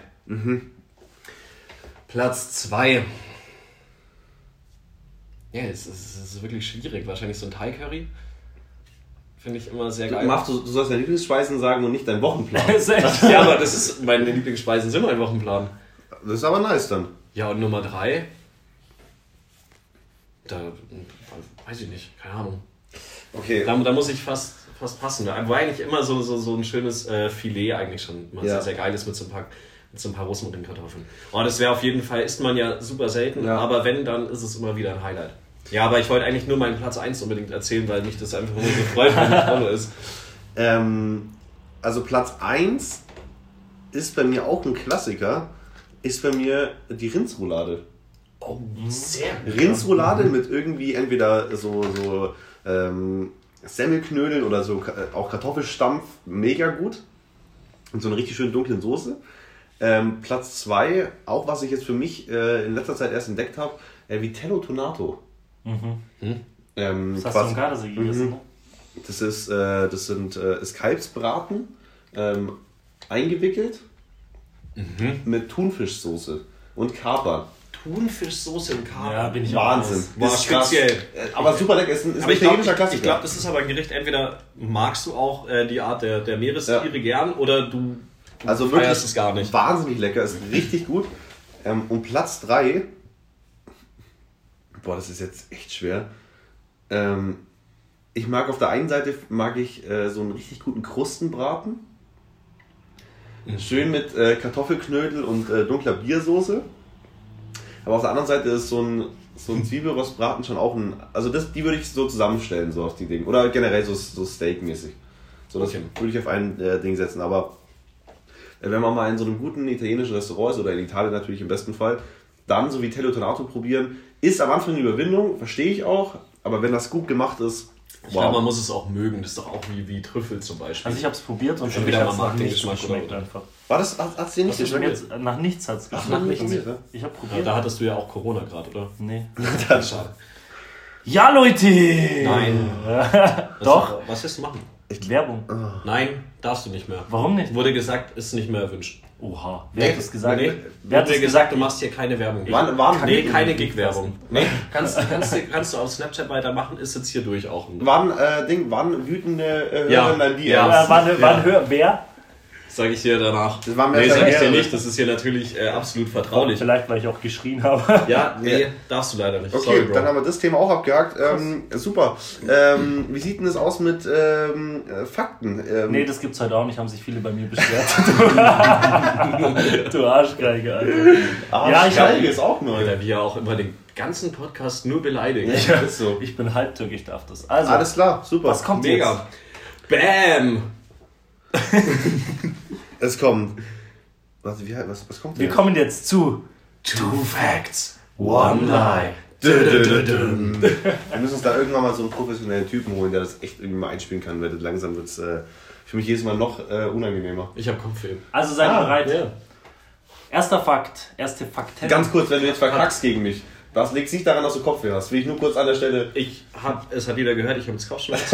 Platz 2. Ja, es ist wirklich schwierig. Wahrscheinlich so ein Thai-Curry. Finde ich immer sehr geil. Marv, du sollst deine Lieblingsspeisen sagen und nicht deinen Wochenplan. Das ist echt- Ja, aber das ist, meine Lieblingsspeisen sind mein Wochenplan. Das ist aber nice dann. Ja, und Nummer 3. Da weiß ich nicht, keine Ahnung. Okay. Da muss ich fast passen. Wo eigentlich immer so ein schönes Filet eigentlich schon mal Ja. sehr, sehr geil ist mit so ein paar Rosmarinkartoffeln. Oh, das wäre auf jeden Fall, isst man ja super selten, Ja. aber wenn, dann ist es immer wieder ein Highlight. Ja, aber ich wollte eigentlich nur meinen Platz 1 unbedingt erzählen, weil mich das einfach nur so freut, wenn es Bollo ist. Also Platz 1 ist bei mir auch ein Klassiker, ist bei mir die Rindsroulade. Oh, sehr gut. Rindsroulade mit irgendwie entweder so Semmelknödeln oder so auch Kartoffelstampf, mega gut. Und so eine richtig schön dunklen Soße. Platz 2, auch was ich jetzt für mich in letzter Zeit erst entdeckt habe, Vitello Tonato. Das hast du am Gardasee gegessen, ne? Das ist Kalbsbraten, eingewickelt mit Thunfischsoße und Kapern. Thunfischsoße im Kapern. Ja, bin ich Wahnsinn. Boah, Das ist krass. speziell. Aber super lecker. Ist ein Aber ich italienischer Klassiker. glaube, das ist aber ein Gericht, entweder magst du auch die Art der Meerestiere gern oder du Also wirklich es gar nicht. wahnsinnig lecker, ist richtig gut. Und Platz 3, boah, das ist jetzt echt schwer. Ich mag auf der einen Seite so einen richtig guten Krustenbraten. Schön mit Kartoffelknödel und dunkler Biersoße. Aber auf der anderen Seite ist so ein Zwiebelrostbraten schon auch die würde ich so zusammenstellen, so auf die Dinge. Oder generell so Steak-mäßig. So, das würde ich auf ein Ding setzen. Aber wenn man mal in so einem guten italienischen Restaurant ist, oder in Italien natürlich im besten Fall, dann so Vitello Tonato probieren, ist am Anfang eine Überwindung, verstehe ich auch. Aber wenn das gut gemacht ist, ich glaube, man muss es auch mögen. Das ist doch auch wie Trüffel zum Beispiel. Also ich habe es probiert und schon wieder mal nach nichts Geschmack geschmeckt einfach. War das, hat's dir nicht geschmeckt? Nach nichts hat es geschmeckt. Nach nichts. Ich habe probiert. Da hattest du ja auch Corona gerade, oder? Nee. Das ist schade. Ja, Leute! Nein. Doch. Was willst du machen? Werbung. Nein, darfst du nicht mehr. Warum nicht? Wurde gesagt, ist nicht mehr erwünscht. Oha. Wer hat das gesagt? Nee, Wer hat dir das gesagt, du machst hier keine Werbung. Nee, keine Gig-Werbung. Nee, kannst du auf Snapchat weitermachen, ist jetzt hier durch auch. Wann wütende Hörerinnen an die? Wer? Sag ich dir danach. Das war mir sag ich dir nicht, das ist hier natürlich absolut vertraulich. Vielleicht, weil ich auch geschrien habe. Ja, nee, darfst du leider nicht. Okay, sorry, Bro. dann haben wir das Thema auch abgehakt. Super. Wie sieht denn das aus mit Fakten? Nee, das gibt's heute auch nicht, haben sich viele bei mir beschwert. Du Arschgeige, Alter. Arschgeige ist auch neu. Alter, wie ja auch immer den ganzen Podcast nur beleidigt. Ja, ist so. Ich bin halbtürkisch, darf das. Also, alles klar, super. was kommt Mega. Bam! Es kommt. Was kommt Wir denn? kommen jetzt zu Two Facts, One Lie. Wir müssen uns da irgendwann mal so einen professionellen Typen holen, der das echt irgendwie mal einspielen kann, weil langsam wird es für mich jedes Mal noch unangenehmer. Ich habe Kopfweh. Also seid bereit. Ja. Erster Fakt, erste Fakten. Ganz kurz, wenn du jetzt verkackst gegen mich, das liegt nicht daran, dass du Kopfweh hast. Will ich nur kurz an der Stelle... Es hat jeder gehört, ich habe jetzt Kopfschmerzen.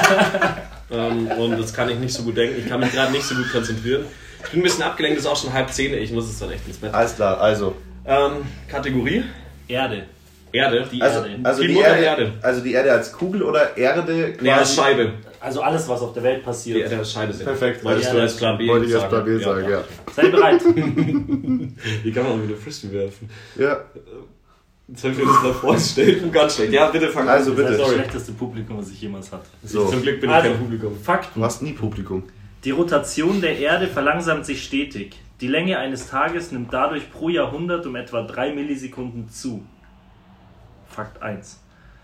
Und das kann ich nicht so gut denken. Ich kann mich gerade nicht so gut konzentrieren. Ich bin ein bisschen abgelenkt, es ist auch schon 9:30. Ich muss jetzt dann echt ins Bett. Alles klar, also... Kategorie? Erde. Erde? Die Also, Erde. also die Erde. Also die Erde als Kugel oder Erde quasi? Nee, als Scheibe. Also alles, was auf der Welt Die passiert. Erde als Scheibe sind. Perfekt. Wolltest du als Plan B Wollte ich als sagen? Plan B sagen, ja. Seid bereit. Hier kann man auch wieder Frisbee werfen. Ja, Jetzt habe ich mir das mal vorgestellt und ganz schlecht. Ja, bitte fang an. also Das ist bitte. das Sorry. schlechteste Publikum, was ich jemals hatte. So, Zum Glück bin ich Also, kein Publikum. Fakten. du hast nie Publikum. Die Rotation der Erde verlangsamt sich stetig. Die Länge eines Tages nimmt dadurch pro Jahrhundert um etwa 3 Millisekunden zu. Fakt 1.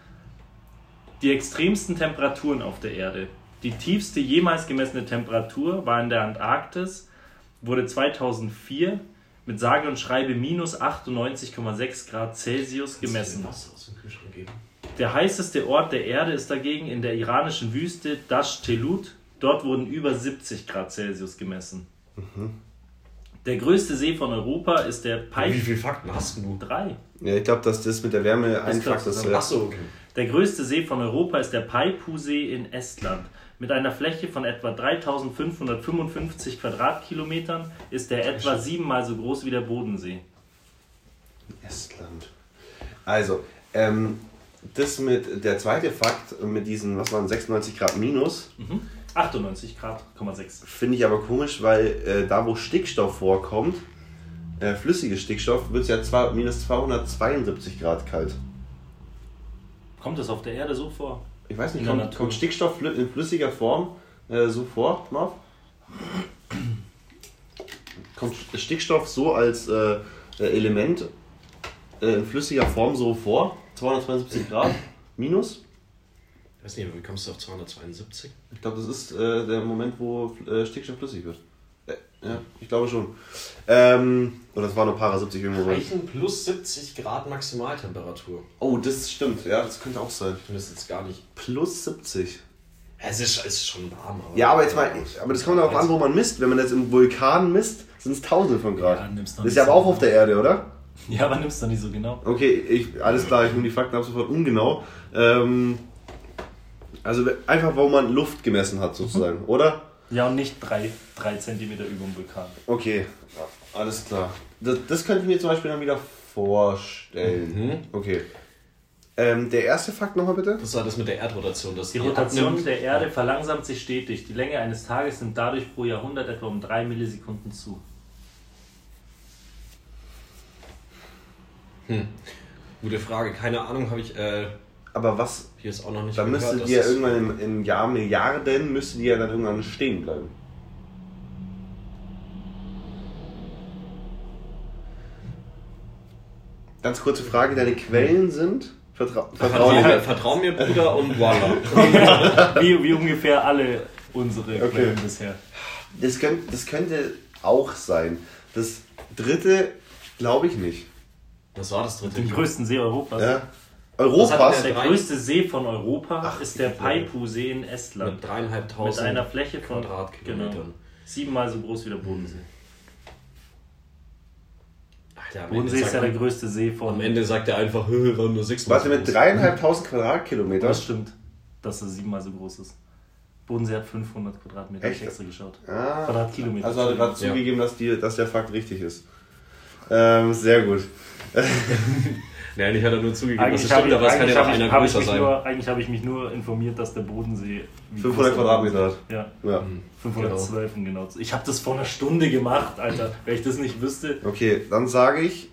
Die extremsten Temperaturen auf der Erde. Die tiefste jemals gemessene Temperatur war in der Antarktis, wurde 2004 mit sage und schreibe minus 98,6 Grad Celsius gemessen. Was aus dem Kühlschrank geben? Der heißeste Ort der Erde ist dagegen in der iranischen Wüste Dasht Telut. Dort wurden über 70 Grad Celsius gemessen. Der größte See von Europa ist der Wie viele Fakten hast du? 3. Ja, ich glaube, dass das mit der Wärme ein Fakt ist. Achso, okay. Der größte See von Europa ist der Paipu-See in Estland. Mit einer Fläche von etwa 3555 Quadratkilometern ist er etwa 7-mal so groß wie der Bodensee. Estland. Also, das mit der zweite Fakt mit diesen, was waren 96 Grad minus, 98 Grad,6. finde ich aber komisch, weil da wo Stickstoff vorkommt, flüssiger Stickstoff, wird es ja minus 272 Grad kalt. Kommt das auf der Erde so vor? Ich weiß nicht, In der Natur. kommt Stickstoff in flüssiger Form so vor, Marv? Kommt Stickstoff so als Element in flüssiger Form so vor? 272 Grad minus? Ich weiß nicht, wie kommst du auf 272? Ich glaube, das ist der Moment, wo Stickstoff flüssig wird. Ja, ich glaube schon. Oder es war nur Para 70 irgendwo. Reichen plus 70 Grad Maximaltemperatur. Oh, das stimmt. Ja, das könnte auch sein. Ich finde das jetzt gar nicht. Plus 70. Es ist schon warm. Ja, aber jetzt mal, aber das kommt darauf an, wo man misst. Wenn man jetzt im Vulkan misst, sind es Tausende von Grad. Ja, nimm's doch das ist nicht ja aber so auch auf der Erde, oder? Ja, aber nimmst du nicht so genau. Okay, alles klar, ich nehme die Fakten ab sofort ungenau. Also einfach, wo man Luft gemessen hat, sozusagen, oder? Ja, und nicht 3 Zentimeter über dem Vulkan. Okay, ja, alles klar. Das könnte ich mir zum Beispiel dann wieder vorstellen. Okay. Der erste Fakt nochmal bitte. Das war das mit der Erdrotation. Die Rotation der Erde verlangsamt sich stetig. Die Länge eines Tages nimmt dadurch pro Jahrhundert etwa um 3 Millisekunden zu. Gute Frage. Keine Ahnung, habe ich... Aber was... Hier ist auch noch nicht Dann müsste die ja irgendwann im Jahr Milliarden, müsste die ja dann irgendwann stehen bleiben. Ganz kurze Frage, deine Quellen sind? Vertrau mir, Bruder, und voila. wie ungefähr alle unsere Quellen bisher. Das könnte auch sein. Das dritte glaube ich nicht. Was war das dritte? Den größten See Europas. Ja. Europas? Der größte See von Europa ist der Paipu-See in Estland. Mit 3.500 mit einer Fläche von Quadratkilometern. 7-mal so groß wie der Bodensee. Alter, Bodensee ist ja der größte See von... Am Ende sagt er einfach, waren nur 6 Warte, mit 3.500 Quadratkilometern? Das stimmt, dass er 7-mal so groß ist. Bodensee hat 500 Quadratmeter. Echt? Ich extra geschaut. Quadratkilometer. Also hat er gerade zugegeben, dass der Fakt richtig ist. Sehr gut. Nein, ich hatte nur zugegeben, dass es stimmt, aber es kann ja noch einer größer sein. Eigentlich habe ich mich nur informiert, dass der Bodensee 500 Quadratmeter hat. Ja. 512 genau. Ich habe das vor einer Stunde gemacht, Alter. Wenn ich das nicht wüsste. Okay, dann sage ich...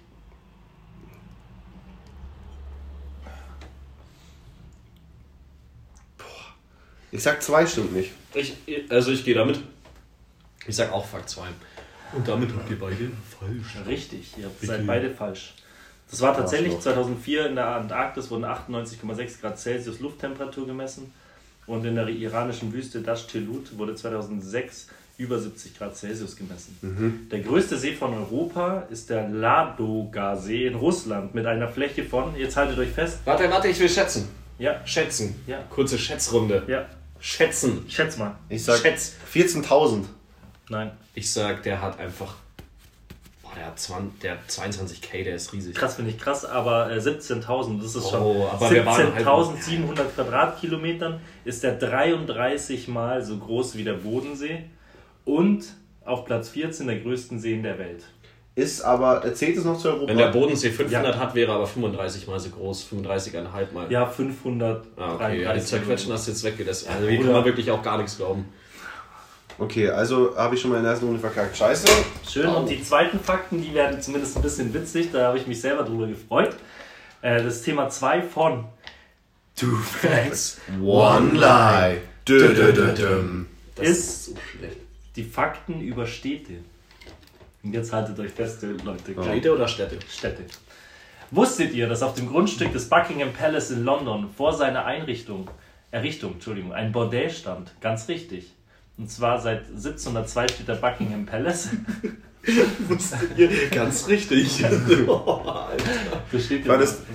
Ich sag 2 stimmt nicht. Ich gehe damit. Ich sag auch Fakt 2. Und damit habt ihr beide falsch. Richtig, ihr seid beide falsch. Das war tatsächlich 2004 in der Antarktis wurden 98,6 Grad Celsius Lufttemperatur gemessen und in der iranischen Wüste Dasht-Telut wurde 2006 über 70 Grad Celsius gemessen. Der größte See von Europa ist der Ladoga-See in Russland mit einer Fläche von, jetzt haltet euch fest. Warte, ich will schätzen. Ja. Schätzen. Ja. Kurze Schätzrunde. Ja. Schätzen. Schätz mal. Ich sag 14.000. Nein. Ich sag, der hat einfach... der hat 22k, der ist riesig. Krass, finde ich krass, aber 17.000, das ist schon 17.700 Quadratkilometern, ist der 33 Mal so groß wie der Bodensee und auf Platz 14 der größten Seen der Welt. Zählt es noch zu Europa? Wenn der Bodensee 500 hat, wäre er aber 35 Mal so groß, 35,5 Mal. Ja, 500. Okay, ja, die Zerquetschen hast du jetzt weggelassen. Also hier kann man wirklich auch gar nichts glauben. Okay, also habe ich schon mal in der ersten Runde verkackt. Scheiße. Schön, und die zweiten Fakten, die werden zumindest ein bisschen witzig, da habe ich mich selber drüber gefreut. Das Thema 2 von Two Facts, One Lie. Das ist so schlecht. Die Fakten über Städte. Und jetzt haltet euch fest, Leute. Städte oder Städte? Städte. Wusstet ihr, dass auf dem Grundstück des Buckingham Palace in London vor seiner Errichtung, ein Bordell stand? Ganz richtig. Und zwar seit 1702 steht der Buckingham Palace. Wusstet ihr? Ganz richtig. Oh, Alter. Das steht ja. Das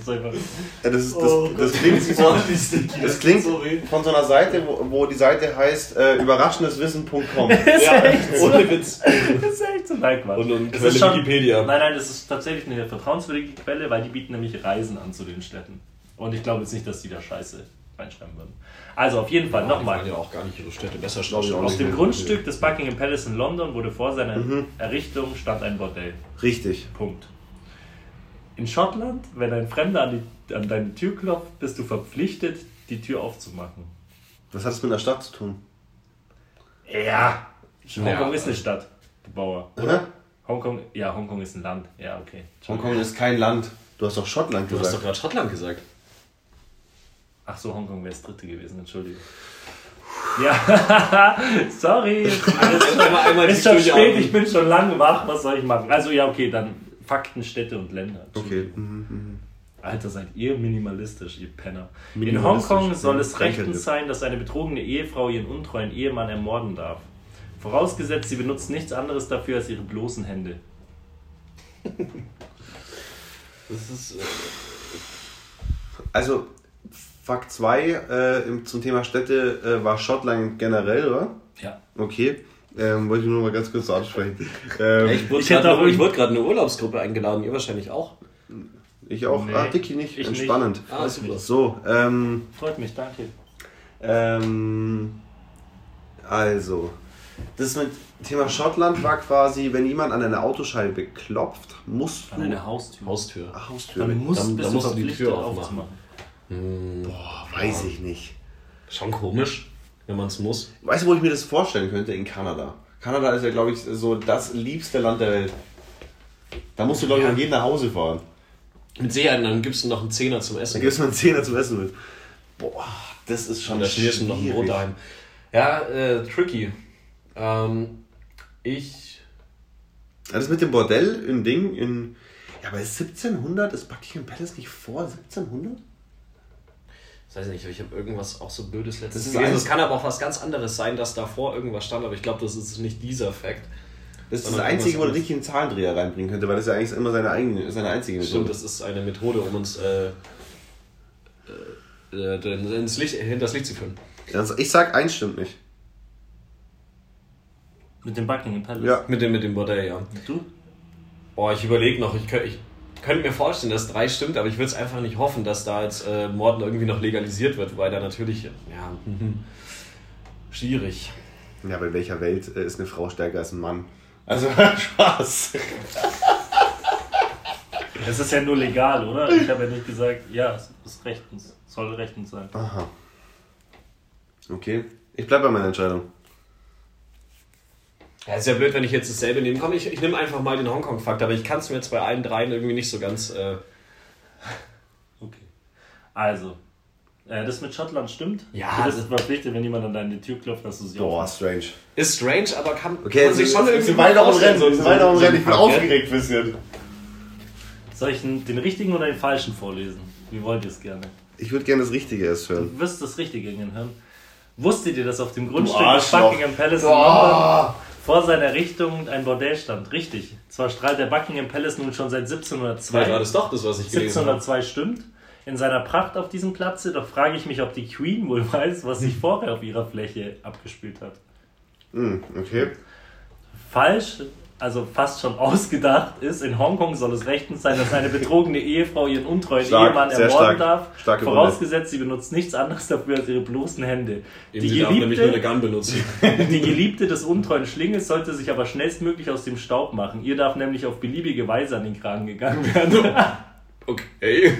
klingt von so einer Seite, wo die Seite heißt überraschendeswissen.com. Ja, ohne Witz. Das ist echt so. Nein, Quatsch. Und Quelle Wikipedia. Nein, das ist tatsächlich eine vertrauenswürdige Quelle, weil die bieten nämlich Reisen an zu den Städten. Und ich glaube jetzt nicht, dass die da Scheiße reinschreiben würden. Also auf jeden Fall nochmal. Ja auch gar nicht ihre Städte besser. Auf dem Grundstück des Buckingham Palace in London wurde vor seiner Errichtung stand ein Bordell. Richtig. Punkt. In Schottland, wenn ein Fremder an deine Tür klopft, bist du verpflichtet, die Tür aufzumachen. Was hat das mit einer Stadt zu tun? Ja. Hongkong ist eine Stadt, du Bauer. Oder? Hongkong ist ein Land. Ja, okay. Hongkong ist kein Land. Du hast doch Schottland gesagt. Du hast doch gerade Schottland gesagt. Ach so, Hongkong wäre das dritte gewesen, Entschuldigung. Ja, sorry. Ist schon spät, ich bin schon lange wach, was soll ich machen? Also ja, okay, dann Fakten, Städte und Länder. Okay. Alter, seid ihr minimalistisch, ihr Penner. In Hongkong soll es rechtens sein, dass eine betrogene Ehefrau ihren untreuen Ehemann ermorden darf. Vorausgesetzt, sie benutzt nichts anderes dafür als ihre bloßen Hände. Das ist... Also... Fakt 2 zum Thema Städte war Schottland generell, oder? Ja. Okay. Wollte ich nur mal ganz kurz ansprechen. Ich wurde gerade eine Urlaubsgruppe eingeladen, ihr wahrscheinlich auch. Ich auch. Nee, Dicky nicht. ich Entspannend. Nicht. Super. So. Freut mich, danke. Also, das mit Thema Schottland war quasi, wenn jemand an eine Autoscheibe klopft, musst du... An eine Haustür. Haustür. Haustür. Dann musst du die die Tür Tür aufmachen. aufzumachen. Boah, weiß ich nicht. Schon komisch, wenn man es muss. Weißt du, wo ich mir das vorstellen könnte? In Kanada. Kanada ist ja, glaube ich, so das liebste Land der Welt. Da musst du, glaube ich, an jeden nach Hause fahren. Mit Sicherheit, dann gibst du noch einen Zehner zum Essen. Dann gibst du einen Zehner zum Essen mit. Boah, das ist schon schwierig. Noch ein Brot daheim. Ja, tricky. Das mit dem Bordell in Ding in... Ja, aber ist 1700? Ist Buckingham Palace nicht vor 1700? Ich weiß nicht, ich habe irgendwas auch so Blödes letztes Das ist gelesen. Es kann aber auch was ganz anderes sein, dass davor irgendwas stand, aber ich glaube, das ist nicht dieser Fakt. Das ist das Einzige, wo der Dicky einen Zahlendreher reinbringen könnte, weil das ja eigentlich immer seine einzige Methode. Stimmt, das ist eine Methode, um uns hinters Licht zu führen. Ich sag, eins stimmt nicht. Mit dem Buckingham Palace? Ja. Mit dem Bordell, ja. Du? Boah, ich überlege noch, ich könnte mir vorstellen, dass 3 stimmt, aber ich würde es einfach nicht hoffen, dass da jetzt Morden irgendwie noch legalisiert wird, weil da natürlich, ja, schwierig. Ja, aber in welcher Welt ist eine Frau stärker als ein Mann? Also, Spaß. Es ist ja nur legal, oder? Ich habe ja nicht gesagt, ja, es ist rechtens, soll rechtens sein. Aha. Okay, ich bleibe bei meiner Entscheidung. Ja, ist ja blöd, wenn ich jetzt dasselbe nehme. Komm, ich nehme einfach mal den Hongkong-Fakt, aber ich kann es mir jetzt bei allen 3 irgendwie nicht so ganz... Okay. Also, das mit Schottland stimmt? Ja, Du bist verpflichtet, wenn jemand an deine Tür klopft, dass du sie Boah, aufmachst. strange. Ist strange, aber kann Okay, man sich schon irgendwie weiter am vorstellen. Rennen. Ich bin aufgeregt ein bisschen. Soll ich den richtigen oder den falschen vorlesen? Wie wollt ihr es gerne? Ich würde gerne das Richtige erst hören. Du wirst das Richtige gerne hören. Wusstet ihr, dass auf dem Grundstück Du des Arschloch. Buckingham Palace in London vor seiner Errichtung ein Bordell stand? Richtig. Zwar strahlt der Buckingham Palace nun schon seit 1702. Weil war das doch das, was ich gelesen habe. 1702 stimmt. In seiner Pracht auf diesem Platze, doch frage ich mich, ob die Queen wohl weiß, was sich vorher auf ihrer Fläche abgespielt hat. Okay. Falsch, also fast schon ausgedacht ist, in Hongkong soll es rechtens sein, dass eine betrogene Ehefrau ihren untreuen Stark, Ehemann sehr ermorden stark. darf, Starke vorausgesetzt, sie benutzt nichts anderes dafür als ihre bloßen Hände. Sie darf nämlich nur eine Gun benutzen. Die Geliebte des untreuen Schlinges sollte sich aber schnellstmöglich aus dem Staub machen. Ihr darf nämlich auf beliebige Weise an den Kragen gegangen werden. Okay.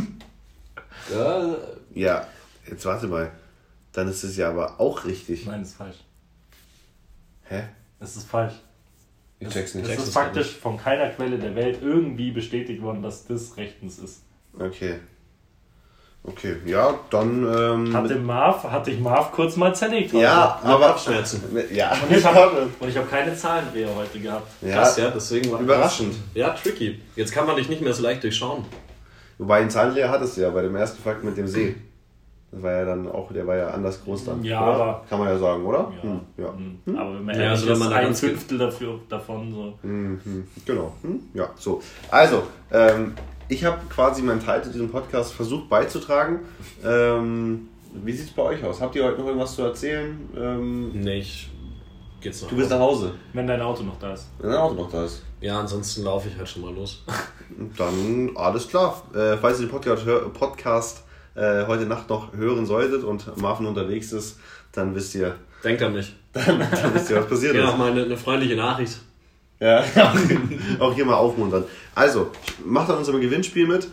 Ja, jetzt warte mal. Dann ist es ja aber auch richtig. Nein, das ist falsch. Hä? Das ist falsch. Ich check's nicht. Das ist faktisch von keiner Quelle der Welt irgendwie bestätigt worden, dass das rechtens ist. Okay. Okay, ja, dann... Hatte ich Marv kurz mal zerlegt. ja, Mit aber... Kopfschmerzen. Ja, Und ich habe keine Zahlendreher heute gehabt. Krass, ja, deswegen war Überraschend. Ja, tricky. Jetzt kann man dich nicht mehr so leicht durchschauen. Wobei ein Zahnlehrer hattest du ja bei dem ersten Fakt mit dem See. Das war ja dann auch, der war ja anders groß dann. Ja, oder? aber... Kann man ja sagen, oder? Ja. Aber wenn man Ja, ehrlich also wenn ist, man da ein ganz Fünftel davon so. Genau. Ja, so. Also, ich habe quasi meinen Teil zu diesem Podcast versucht beizutragen. Wie sieht es bei euch aus? Habt ihr heute noch irgendwas zu erzählen? Nee, geht's noch. Du bist nach Hause, Wenn dein Auto noch da ist. wenn dein Auto noch da ist. Ja, ansonsten laufe ich halt schon mal los. Dann alles klar. Falls ihr den Podcast heute Nacht noch hören solltet und Marvin unterwegs ist, dann wisst ihr, Denkt an mich. dann wisst ihr, was passiert Ja, ist. noch mal eine freundliche Nachricht. Ja, auch hier mal aufmuntern. Also, macht an unserem Gewinnspiel mit.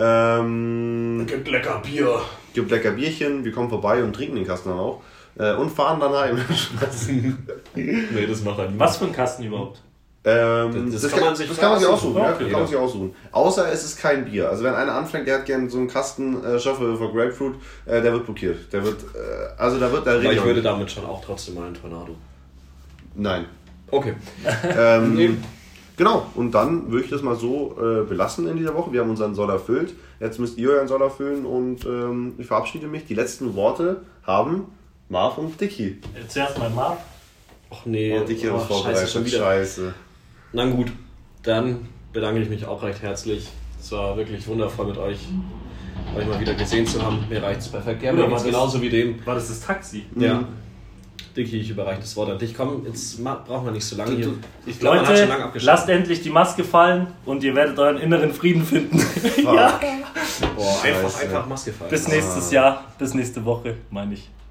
Gibt lecker Bier. Gibt lecker Bierchen, wir kommen vorbei und trinken den Kasten dann auch. Und fahren dann heim. Nee, das macht er nicht. Was für ein Kasten überhaupt? Das kann man sich sich aussuchen. Ja, Okay. kann man sich aussuchen. Außer es ist kein Bier. Also wenn einer anfängt, der hat gerne so einen Kasten Schöffel für Grapefruit, der wird blockiert. Der wird, Aber ich würde damit schon auch trotzdem mal einen Tornado. Nein. Okay. Nee. Genau, und dann würde ich das mal so belassen in dieser Woche. Wir haben unseren Soll erfüllt. Jetzt müsst ihr euren Soll erfüllen und ich verabschiede mich. Die letzten Worte haben Marv und Dicky. Zuerst mal Marv. Ach nee, Dicky hat was scheiße, vorbereitet. schon wieder. Scheiße. Na gut, dann bedanke ich mich auch recht herzlich. Es war wirklich wundervoll mit euch mal wieder gesehen zu haben. Mir reicht es perfekt. Ja, Oder mir war geht's das- genauso wie dem. War das Taxi? Ja. Dicky, ich überreiche das Wort an dich. Komm, jetzt brauchen wir nicht so lange hier. Ich glaube, man hat Leute, schon lange abgeschlossen. lasst endlich die Maske fallen und ihr werdet euren inneren Frieden finden. Ja. Boah, Scheiße. einfach Maske fallen. Bis nächstes Jahr, bis nächste Woche, meine ich.